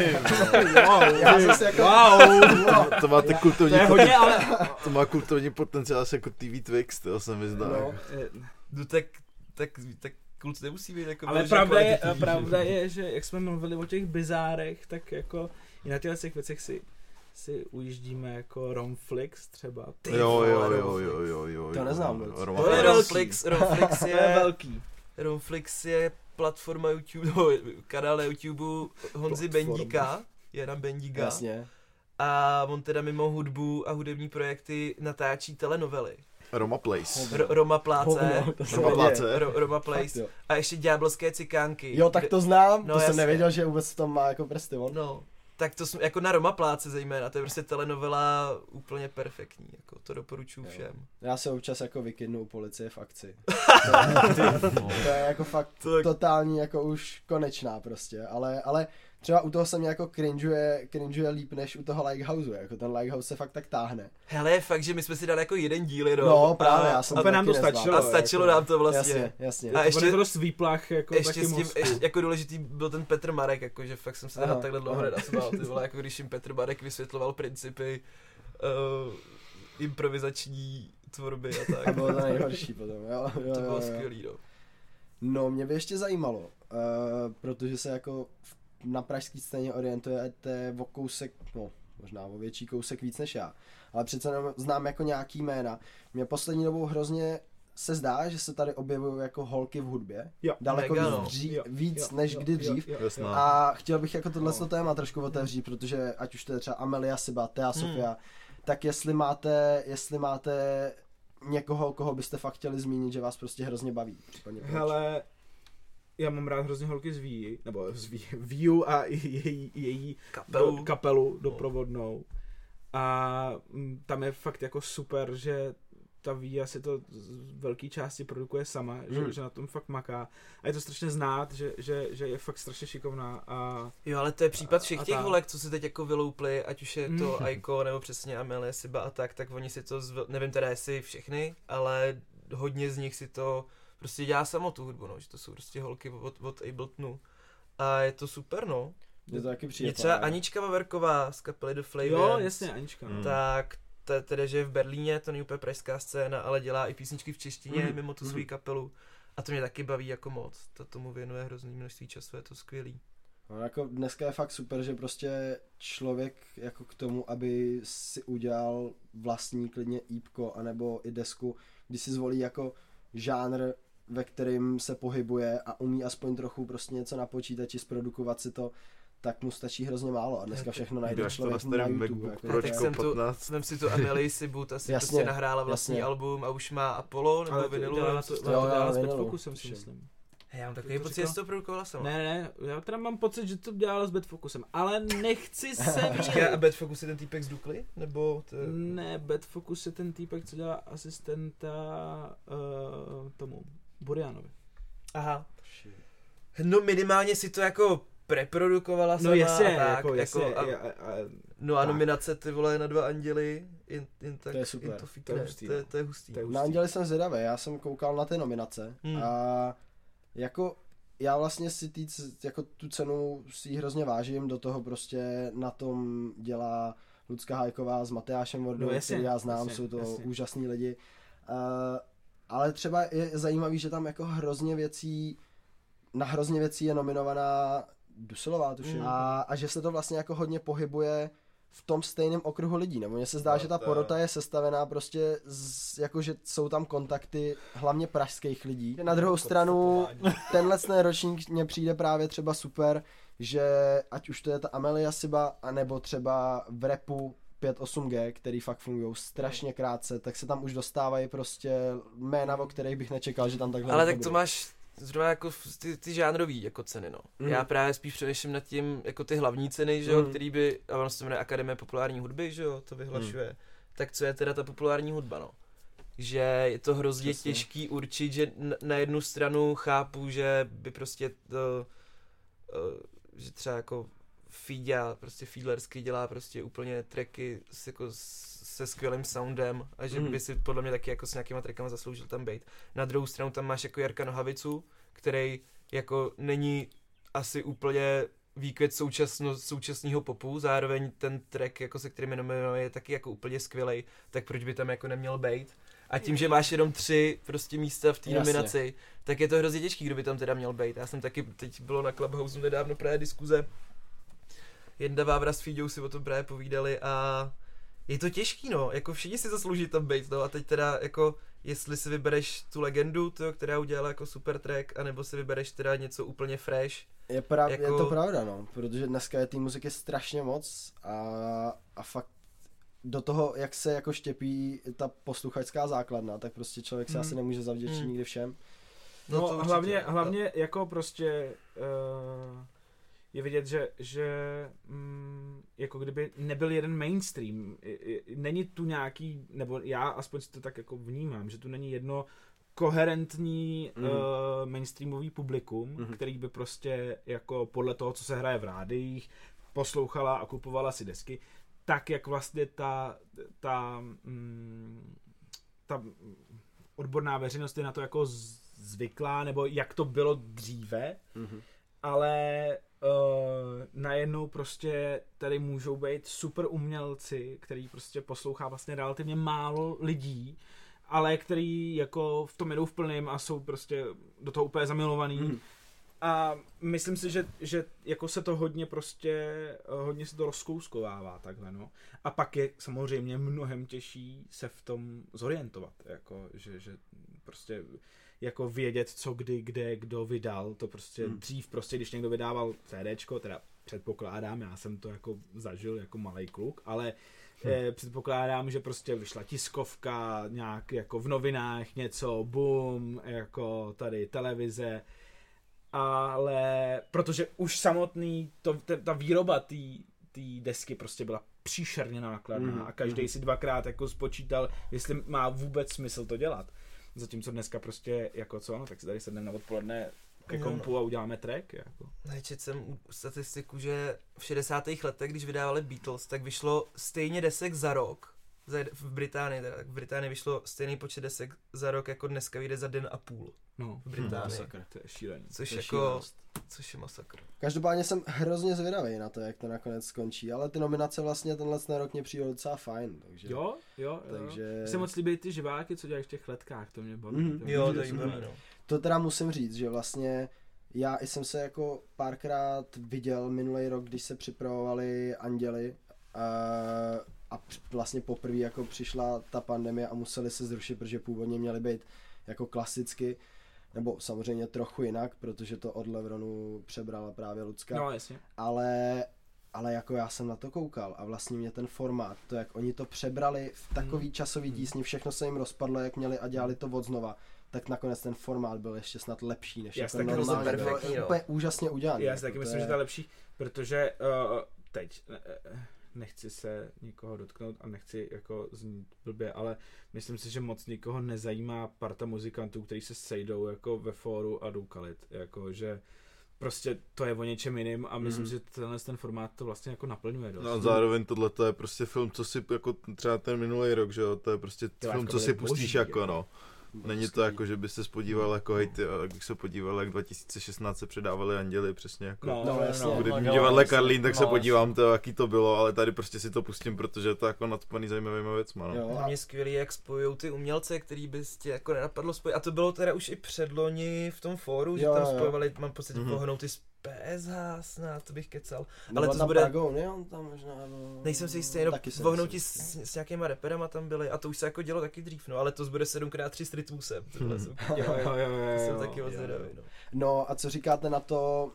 To máte kultovní to má kultovní potenciál jako TV Twix, to se mi zdá. No tak kult nemusí být jako... Ale pravda je, že jak jsme mluvili o těch bizárech, tak jako i na těch věcech si ujíždíme jako Romflix třeba. Jo. To neznám. To je Romflix je velký. Romflix je platforma YouTube, kanál na YouTube Honzy Bendíka, Jana Bendíka. Jasně. A on teda mimo hudbu a hudební projekty natáčí telenovely. Roma Place. Roma Place. Roma Place. A ještě Ďábelské cikánky. Jo, tak to znám, to jsem nevěděl, že vůbec tam má jako prsty, on. No, tak to jako na Roma Pláce zejména, to je prostě telenovela úplně perfektní, jako to doporučuji všem. Já se občas jako vykydnu u policie v akci. To je jako fakt totální jako už konečná prostě, ale třeba u toho se mě jako cringeuje líp než u toho Lighthouseu, jako ten Lighthouse se fakt tak táhne. Hele, je fakt, že my jsme si dali jako jeden díl jenom. No právě, já jsem to nám to stačilo. A stačilo nám to vlastně. Jasně. A ještě to dost výplach, jako ještě taky s tím, jako důležitý byl ten Petr Marek, jako že fakt jsem se teda takhle dlouho nedasval, ty vole, jako když jim Petr Marek vysvětloval principy improvizační tvorby a tak. A bylo to nejhorší potom, jo. To bylo skvělý, no. No, mě by ještě zajímalo, protože se jako na pražský scéně orientujete o kousek, no možná o větší kousek víc než já, ale přece znám jako nějaký jména. Mě poslední dobou hrozně se zdá, že se tady objevují jako holky v hudbě. Jo, daleko mega, víc než kdy dřív. A chtěl bych jako tohleto téma trošku otevřít, protože ať už to je třeba Amelia Siba, Thea Sofia, tak jestli máte někoho, koho byste fakt chtěli zmínit, že vás prostě hrozně baví. Hele, já mám rád hrozně holky z Víi, nebo z Víu a její kapelu doprovodnou. A tam je fakt jako super, že ta Via si to z velké části produkuje sama, že na tom fakt maká. A je to strašně znát, že je fakt strašně šikovná. Jo, ale to je případ všech těch holek, co se teď jako vylouply, ať už je to Aiko nebo přesně Amelie Siba a tak oni si to, nevím teda jestli všechny, ale hodně z nich si to prostě dělá samo tu hudbu, no, že to jsou prostě holky od Abletonu. A je to super, no. Je to taky příjemné. Je třeba Anička Vaverková z kapely The Flavians. Jo, jasně, Anička. Tak teda, že je v Berlíně, to není úplně pražská scéna, ale dělá i písničky v češtině mimo tu svou kapelu. A to mě taky baví jako moc. To tomu věnuje hrozný množství času, je to skvělý. No, jako dneska je fakt super, že prostě člověk jako k tomu, aby si udělal vlastní klidně EPko anebo i desku, když si zvolí jako žánr, ve kterým se pohybuje a umí aspoň trochu prostě něco na počítači zprodukovat si to, tak mu stačí hrozně málo a dneska všechno najde člověk na YouTube. Jako tak jsem si tu Amelie Sibu, ta si prostě nahrála vlastní album a už má Apollo nebo Vinilu. To dělala s Bad Focusem, si myslím. Já mám takový pocit, že jsi to produkovala sama. Ne, já teda mám pocit, že to dělala s Bad Focusem, ale nechci se... Počkej, a Bad Focus je ten týpek z Dukly? Nebo to... Ne, Bad Focus je ten týpek, co dělá asistenta tomu Burianovi. Aha. No minimálně si to jako preprodukovala sama. No jasně, tak, jasně. No a nominace ty vole na 2 anděly. To je super. To je hustý. Na anděly jsem zvědavý, já jsem koukal na ty nominace a jako já vlastně si jako tu cenu si ji hrozně vážím, do toho prostě na tom dělá Lucka Hajková s Matyášem Wardou, který já znám, jsou to úžasní lidi. Ale třeba je zajímavý, že tam jako hrozně věcí je nominovaná Duselová, tuším. A že se to vlastně jako hodně pohybuje v tom stejném okruhu lidí, nebo mně se zdá, že ta porota je sestavená prostě jako, že jsou tam kontakty hlavně pražských lidí. Na druhou stranu tenhle ročník mně přijde právě třeba super, že ať už to je ta Amelia Siba, anebo třeba v rapu 5-8G, který fakt fungují strašně krátce, tak se tam už dostávají prostě jména, o kterých bych nečekal, že tam takhle. Ale tak to máš zrovna jako ty žánrový jako ceny, no. Já právě spíš přemýšlím nad tím, jako ty hlavní ceny, že jo, který by, a ono se jmenuje Akademie populární hudby, že jo, to vyhlašuje. Tak co je teda ta populární hudba, no? Že je to hrozně těžký určit, že na jednu stranu chápu, že by prostě to, že třeba jako Fíďa, prostě Fiedlersky dělá prostě úplně tracky se skvělým soundem a že by si podle mě taky jako s nějakýma trackama zasloužil tam být. Na druhou stranu tam máš jako Jarka Nohavicu, který jako není asi úplně výkvět současného popu, zároveň ten track, jako se kterým nominuje, je taky jako úplně skvělej, tak proč by tam jako neměl být? A tím, že máš jenom 3 prostě místa v té nominaci, tak je to hrozně těžký, kdo by tam teda měl být. Já jsem taky, teď bylo na Clubhouse nedávno právě diskuze, Jenda Vávra s Fíďou si o tom právě povídali a je to těžký, no, jako všichni si zaslouží tam být, no, a teď teda jako, jestli si vybereš tu legendu, která udělala jako super track, anebo si vybereš teda něco úplně fresh. Je to pravda, no, protože dneska je té muziky strašně moc a fakt do toho, jak se jako štěpí ta posluchačská základna, tak prostě člověk se asi nemůže zavděčit nikdy všem. No hlavně jako prostě je vidět, že jako kdyby nebyl jeden mainstream, není tu nějaký, nebo já aspoň si to tak jako vnímám, že tu není jedno koherentní mainstreamový publikum, který by prostě jako podle toho, co se hraje v rádiích, poslouchala a kupovala si desky, tak jak vlastně ta odborná veřejnost je na to jako zvyklá, nebo jak to bylo dříve, ale najednou prostě tady můžou být super umělci, který prostě poslouchá vlastně relativně málo lidí, ale který jako v tom jedou v plném a jsou prostě do toho úplně zamilovaný. A myslím si, že jako se to hodně se to rozkouskovává takhle, no. A pak je samozřejmě mnohem těžší se v tom zorientovat, jako, že prostě jako vědět, co kdy, kde, kdo vydal, to prostě dřív prostě, když někdo vydával CDčko, teda předpokládám, já jsem to jako zažil jako malej kluk, ale předpokládám, že prostě vyšla tiskovka, nějak jako v novinách něco, boom, jako tady televize, ale protože už samotný, ta výroba té desky prostě byla příšerně nákladná a každý si dvakrát jako spočítal, jestli má vůbec smysl to dělat. Zatímco dneska prostě jako co, no tak si tady sedneme na odpoledne ke kompu a uděláme track. Jako. Četl jsem statistiku, že v 60. letech, když vydávali Beatles, tak vyšlo stejně desek za rok. V Británii, tak v Británii vyšlo stejný počet desek za rok, jako dneska vyjde za den a půl. No, v Británii. To je šílený. Což je masakr. Každopádně jsem hrozně zvědavý na to, jak to nakonec skončí, ale ty nominace vlastně tenhle rok mě přijdou docela fajn, takže... Jo. Takže... Se moc líbí ty živáky, co dělají v těch letkách, to mě baví. Jo, to je no. To teda musím říct, že vlastně já jsem se jako párkrát viděl minulý rok, když se připravovali Anděli a vlastně poprvé jako přišla ta pandemie a museli se zrušit, protože původně měly být jako klasicky, nebo samozřejmě trochu jinak, protože to od Levronu přebrala právě Lucka. No, jasně. Ale jako já jsem na to koukal a vlastně mě ten formát, to jak oni to přebrali v takový časový tísni, všechno se jim rozpadlo, jak měli a dělali to od znova, tak nakonec ten formát byl ještě snad lepší než jako normálně. Úplně úžasně udělaný. Já si taky myslím, že to je lepší, protože teď nechci se nikoho dotknout a nechci jako znít blbě, ale myslím si, že moc nikoho nezajímá parta muzikantů, kteří se sejdou jako ve fóru a jdou kalit, jako že prostě to je o něčem jiným a myslím si, že ten formát to vlastně jako naplňuje dost. No a zároveň tohle to je prostě film, co si jako třeba ten minulý rok, že jo, to je prostě film, co si pustíš jako no. Není to jako, že by se podíval jako hejty, když se podíval, jak 2016 se předávali Anděli, přesně jako. Kdyby v divadle Karlín, tak se podívám to, jaký to bylo, ale tady prostě si to pustím, protože je to jako nadspaný zajímavýma věcma. No. Jo, a mě skvělý, jak spojujou ty umělce, který bys tě jako nenapadlo spojit. A to bylo teda už i předloni v tom fóru, že tam spojovali, mám pocit, pohnout z PSH snad, to bych kecal. Ale to bude... Pragou, ne? On tam možná, nejsem si jistý, jenom vohnouti s nějakýma reperama tam byli a to už se jako dělo taky dřív, no, ale to bude 7x3 s rytmusem. To jsem taky moc zvědavý, no. No a co říkáte na to,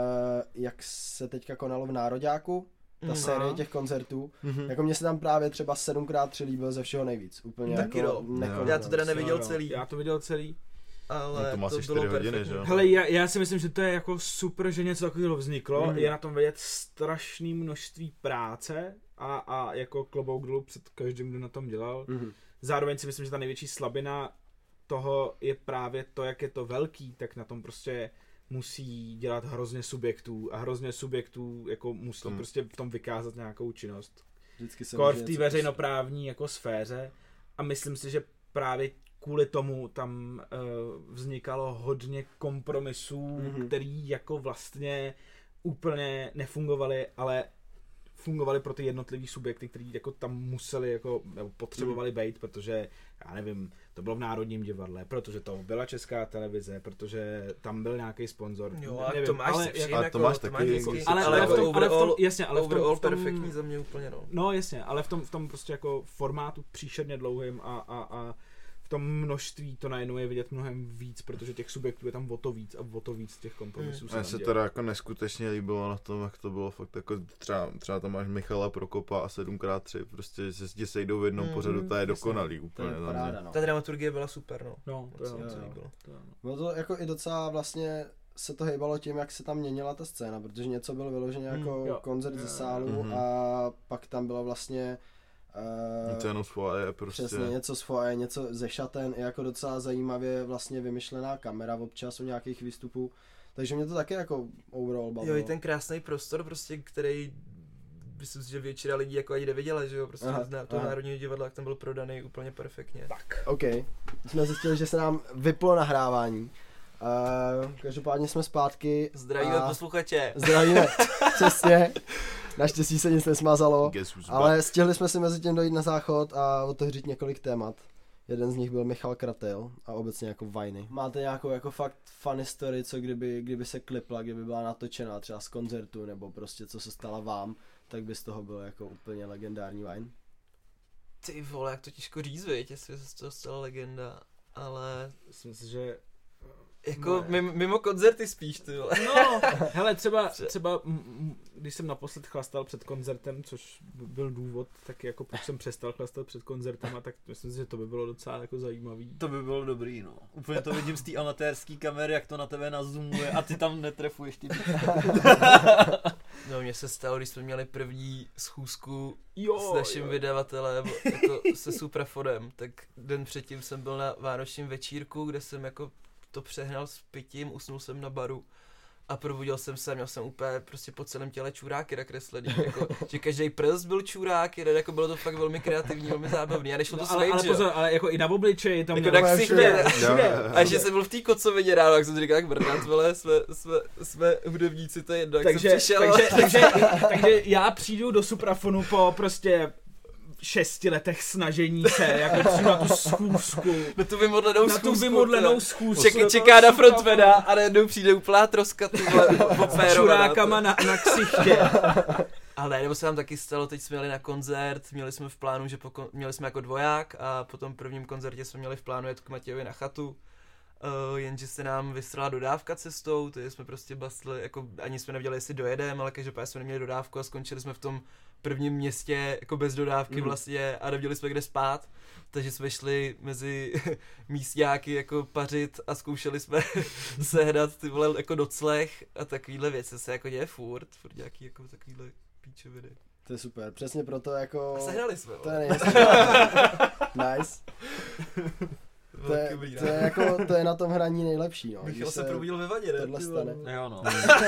jak se teďka konalo v Nároďáku, ta série těch koncertů, jako mně se tam právě třeba 7x3 líbil ze všeho nejvíc, úplně taky jako já to teda neviděl celý. Já to viděl celý. Ale no to má asi 4 hodiny, že jo? Hele, já si myslím, že to je jako super, že něco takového vzniklo, je na tom vidět strašné množství práce a jako klobouk dolů před každým, kdo na tom dělal. Zároveň si myslím, že ta největší slabina toho je právě to, jak je to velký, tak na tom prostě musí dělat hrozně subjektů a hrozně subjektů jako musí prostě v tom vykázat nějakou činnost. Kor v té veřejnoprávní jako sféře a myslím si, že právě kvůli tomu tam vznikalo hodně kompromisů, který jako vlastně úplně nefungovaly, ale fungovaly pro ty jednotlivý subjekty, který jako tam museli jako nebo potřebovali být, protože já nevím, to bylo v Národním divadle, protože to byla Česká televize, protože tam byl nějaký sponzor. Jo, a nevím, to máš se vším, jako, to máš taky. Ale v tom perfektní za mě úplně, no. No jasně, ale v tom prostě jako formátu příšerně dlouhým a v tom množství to najednou je vidět mnohem víc, protože těch subjektů je tam o to víc těch kompromisů. Mně se teda jako neskutečně líbilo na tom, jak to bylo fakt jako třeba tam máš Michala Prokopa a 7x3, prostě že se ti sejdou v jednom pořadu, to je dokonalý úplně. To je paráda, no. Ta dramaturgie byla super, no. No, to bylo to jako i docela vlastně se to hejbalo tím, jak se tam měnila ta scéna, protože něco bylo vyloženě jako koncert ze sálu a pak tam bylo vlastně něco jenom z foaje, prostě. Přesně, něco z foaje, něco ze šaten, i jako docela zajímavě vlastně vymyšlená kamera občas u nějakých výstupů, takže mě to taky jako overall bavilo. Jo, i ten krásný prostor prostě, který myslím si, že většina lidí jako ani neviděla, že jo, prostě na toho Národního divadla, jak tam byl prodaný úplně perfektně. Tak. OK, jsme zjistili, že se nám vyplo nahrávání. Každopádně jsme zpátky. Zdravíme posluchače. Zdravíme, přesně. Naštěstí se nic nesmazalo, ale stihli jsme si mezi tím dojít na záchod a otevřít několik témat. Jeden z nich byl Michal Kratel a obecně jako vajny. Máte nějakou jako fakt funny story, co kdyby se klipla, kdyby byla natočená třeba z koncertu, nebo prostě co se stala vám, tak by z toho byl jako úplně legendární vine? Ty vole, jak to těžko říct, viď, jestli se z toho stala legenda, ale Myslím si, že jako mimo koncerty spíš, ty vole. no, hele, třeba když jsem naposled chlastal před koncertem, což byl důvod, tak jako proč jsem přestal chlastat před koncertem, a tak myslím si, že to by bylo docela jako zajímavý. To by bylo dobrý, no. Úplně to vidím z té amatérské kamery, jak to na tebe nazoomuje a ty tam netrefuješ ty. No, mně se stalo, když jsme měli první schůzku Jo, s naším vydavatelem, jako se Suprafodem, tak den předtím jsem byl na vánočním večírku, kde jsem jako to přehnal s pitím, usnul jsem na baru a probudil jsem se, měl jsem úplně prostě po celém těle čuráky nakreslený, jako, že každý prst byl čurák, jeden, jako bylo to fakt velmi kreativní, velmi zábavný a nešlo to ale svejt, pozor, ale jako i na obličeji tam jako mělo tak všude. a že jsem byl v té kocovině ráno, tak jsem si říkal, jak brnat, vole, jsme hudebníci, to je jedno, jak takže, jsem přišel. takže já přijdu do Suprafonu po prostě 6 letech snažení se, jako přijdu na tu schůzku. Na tu vymodlenou schůzku. Čeká na frontmana a najednou přijde úplná troska, ty vole, s čurákama na ksichtě. Ale nebo se nám taky stalo, teď jsme jeli na koncert, měli jsme v plánu, že měli jsme jako dvoják a po tom prvním koncertě jsme měli v plánu jet k Matějovi na chatu. Jenže se nám vysrala dodávka cestou, takže jsme prostě bastli, jako ani jsme nevěděli, jestli dojedeme, ale každopádně jsme neměli dodávku a skončili jsme v tom prvním městě jako bez dodávky vlastně a nevěděli jsme kde spát, takže jsme šli mezi místňáky jako pařit a zkoušeli jsme sehnat ty vole jako doclech a takovýhle věci se jako děje furt nějaký jako takovýhle píčoviny. To je super, přesně proto jako... A sehnali jsme, to je nejhezčí. Nice. To je na tom hraní nejlepší, no. Michal se probudil ve vadě, ne? Tohle stane. Jo, no.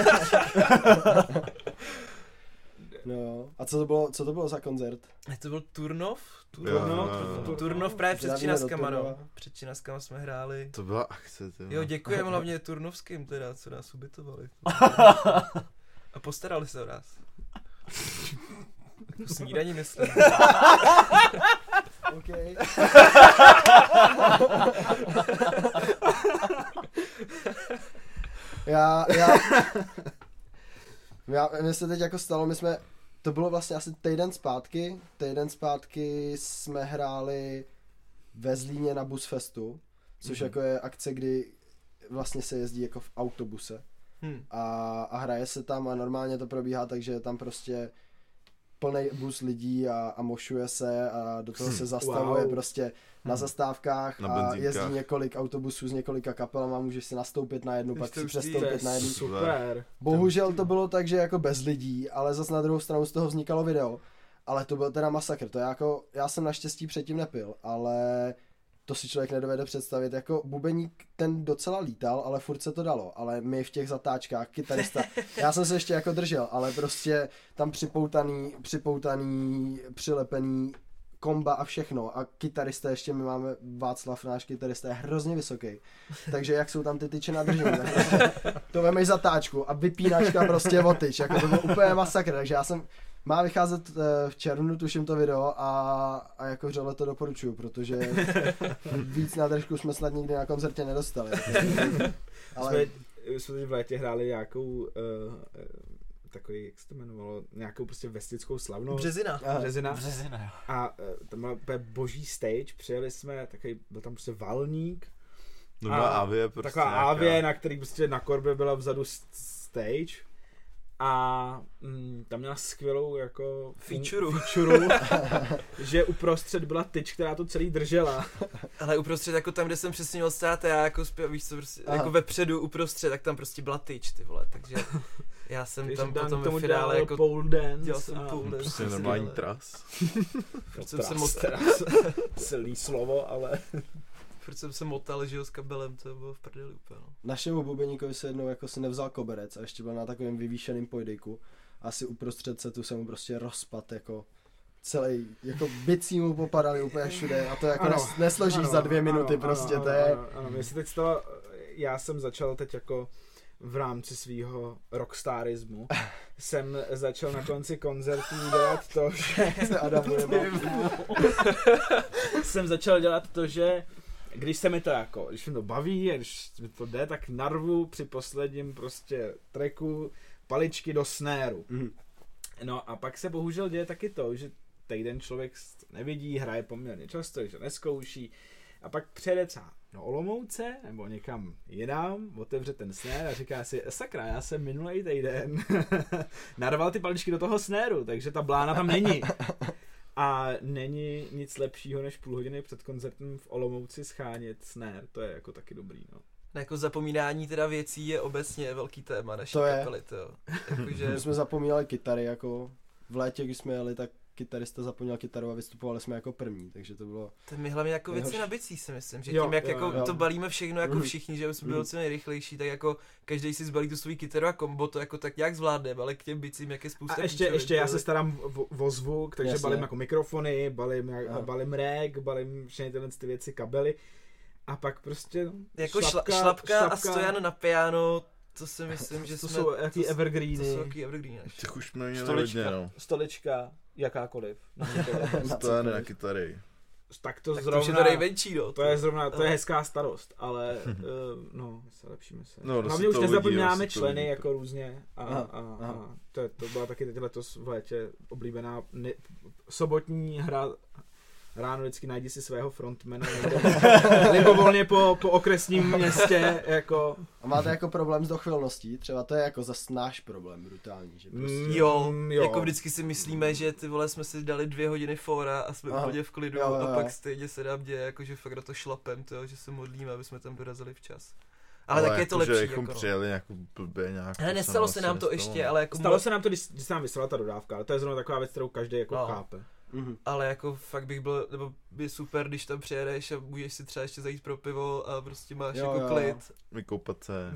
No, a co to bylo za koncert? To byl Turnov? Jo. Turnov právě před Zdravíme do Činaskama, no. Turnova. Před Činaskama jsme hráli. To byla akce, ty. Jo, děkujeme hlavně Turnovským teda, co nás ubytovali. A postarali se o nás. Tu snídaní myslím. Okay. Mně se teď jako stalo, to bylo vlastně asi týden zpátky jsme hráli ve Zlíně na Busfestu, což jako je akce, kdy vlastně se jezdí jako v autobuse a hraje se tam a normálně to probíhá, takže je tam prostě plný bus lidí a mošuje se a do toho se zastavuje prostě na zastávkách a jezdí několik autobusů s několika kapelama, můžeš si nastoupit na jednu, pak si přestoupit na jednu. Super. Bohužel to bylo tak, že jako bez lidí, ale zas na druhou stranu z toho vznikalo video, ale to byl teda masakr, to já jsem naštěstí předtím nepil, ale to si člověk nedovede představit, jako bubeník ten docela lítal, ale furt se to dalo, ale my v těch zatáčkách, kytarista, já jsem se ještě jako držel, ale prostě tam připoutaný, přilepený komba a všechno a kytarista ještě, my máme Václav, náš kytarista je hrozně vysoký, takže jak jsou tam ty tyče na držení, to vemeš zatáčku a vypínačka prostě o tyč, jako to byl úplně masakr, takže má vycházet v červnu, tuším to video a jako vřele to doporučuju, protože víc na držku jsme snad nikdy na koncertě nedostali. Ale... Jsme teď v létě hráli nějakou takový, jak se to jmenovalo, nějakou prostě vestickou slavnost. Březina. A tam byla boží stage, přijeli jsme, byl tam prostě valník. No byla Avie prostě. Taková Avie, na který prostě na korbě byla vzadu stage. A tam měla skvělou jako featureu, že uprostřed byla tyč, která to celý držela. Ale uprostřed jako tam, kde jsem přesně měl stát, já jako zpěv, víš co, prostě, jako vepředu uprostřed, tak tam prostě byla tyč, ty vole, takže já jsem tam potom ve finále jako pole dance. Dělal jsem pole dance. Prostě normální tras. Silný slovo, ale... Proč jsem se motal, že jo, s kabelem, to bylo v prdeli úplně, no. Našemu bubeníkovi se jednou jako si nevzal koberec a ještě byl na takovém vyvýšeném pojdejku. Asi uprostřed setu se mu prostě rozpad jako celý, jako bicí mu popadaly úplně všude a to jako nesložíš za 2 minuty prostě, to je... Ano, mě se teď stalo, já jsem začal teď jako v rámci svýho rockstarismu jsem začal na konci koncertů dělat to, že jsem začal dělat to, že když se mi to jako, když mi to baví a když mi to jde, tak narvu při posledním prostě tracku paličky do snéru. No a pak se bohužel děje taky to, že týden člověk nevidí, hraje poměrně často, že neskouší a pak přijede třeba do Olomouce nebo někam jinam, otevře ten snare a říká si, sakra, já jsem minulý týden narval ty paličky do toho snéru, takže ta blána tam není. A není nic lepšího, než půl hodiny před koncertem v Olomouci schánět snare, to je jako taky dobrý, no. Jako zapomínání teda věcí je obecně velký téma naší kapely, jo. Jakože... My jsme zapomínali kytary, jako v létě, když jsme jeli, tak kytarista zapomněl kytaru a vystupovali jsme jako první, takže to bylo... To my hlavně jako věci na bicí si myslím, že tím jak jako to balíme všechno jako všichni, že jsme byli co nejrychlejší, tak jako každý si zbalí tu svou kytaru a kombo, to jako tak nějak zvládneme, ale k těm bicím jak je spousta. A ještě já se starám o zvuk, takže balím jako mikrofony, balím reg, balím všechny tyhle ty věci, kabely a pak prostě jako šlapka a stojan na piano. To si myslím, že to jsou jaký evergreeny. To jsou jaký evergreeny. Těch už jsme měli hodně, no. Stolička, jakákoliv. Stojany na kytary. Tak to tak zrovna... To je to největší, no. To je zrovna, to je hezká starost, ale no, se lepšíme se. No, hlavně už nezapomínáme členy jako různě a to byla taky teď letos v létě oblíbená sobotní hra. Ráno vždycky najdi si svého frontmana libovolně po okresním městě, jako... A máte jako problém s dochvilností? Třeba to je jako zas náš problém brutální, že prostě... Jo, jako vždycky si myslíme, že ty vole jsme si dali 2 hodiny fóra a jsme úplně v klidu a pak stejně se nám děje, jakože fakt na to šlapem, to, že se modlíme, aby jsme tam dorazili včas. Ale tak je to lepší, jako přijeli nějak blbě nějak... Ne, nestalo se nám to ještě, ale jako... Stalo se nám to, když se nám vyslala ta dodávka, ale to je zrovna taková věc, kterou každý jako chápe. Ale jako fakt bych byl, nebo je super, když tam přijedeš a můžeš si třeba ještě zajít pro pivo a prostě máš jako klid. Vykoupat se.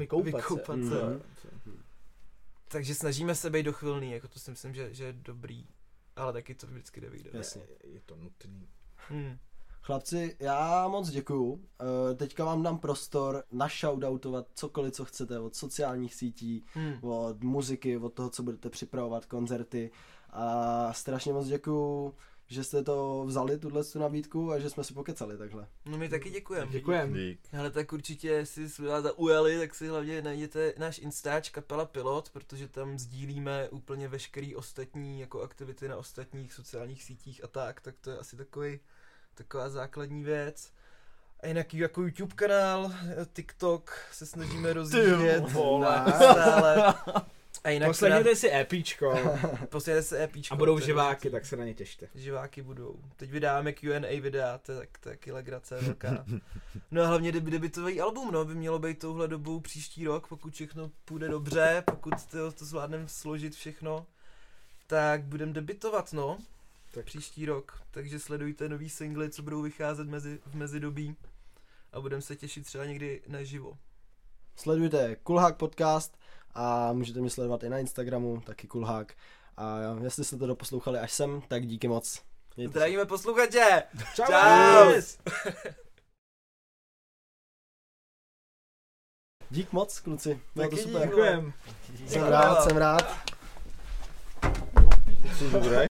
Takže snažíme se být dochvilný, jako to si myslím, že je dobrý, ale taky to vždycky nevyjde. Jasně, je to nutný. Chlapci, já moc děkuju. Teďka vám dám prostor na shoutoutovat cokoliv, co chcete, od sociálních sítí, od muziky, od toho, co budete připravovat, koncerty. A strašně moc děkuju, že jste to vzali, tuhle nabídku a že jsme si pokecali takhle. No my taky děkujeme. Děkujem. Ale tak určitě, si vás zaujali, tak si hlavně najděte náš Instač kapela Pilot, protože tam sdílíme úplně veškerý ostatní jako aktivity na ostatních sociálních sítích a tak to je asi taková základní věc. A jinak jako YouTube kanál, TikTok se snažíme rozvíjet. Stále. Posledněte si EPčko. A budou živáky, tak se na ně těšte. Živáky budou. Teď vydáme Q&A videa, to je taky legrace velká. No a hlavně debutový album, no, by mělo být touhle dobou příští rok, pokud všechno půjde dobře, pokud to zvládneme složit všechno, tak budeme debutovat, no. Tak příští rok. Takže sledujte nový singly, co budou vycházet v mezidobí a budeme se těšit třeba někdy naživo. Sledujte Kulhák podcast a můžete mě sledovat i na Instagramu, taky Kulhák. A jestli jste to doposlouchali až sem, tak díky moc. Zdravíme posluchače! Čau! Dík moc, kluci. Bylo to super. Děkujem. Jsem rád. Jsi dobrý?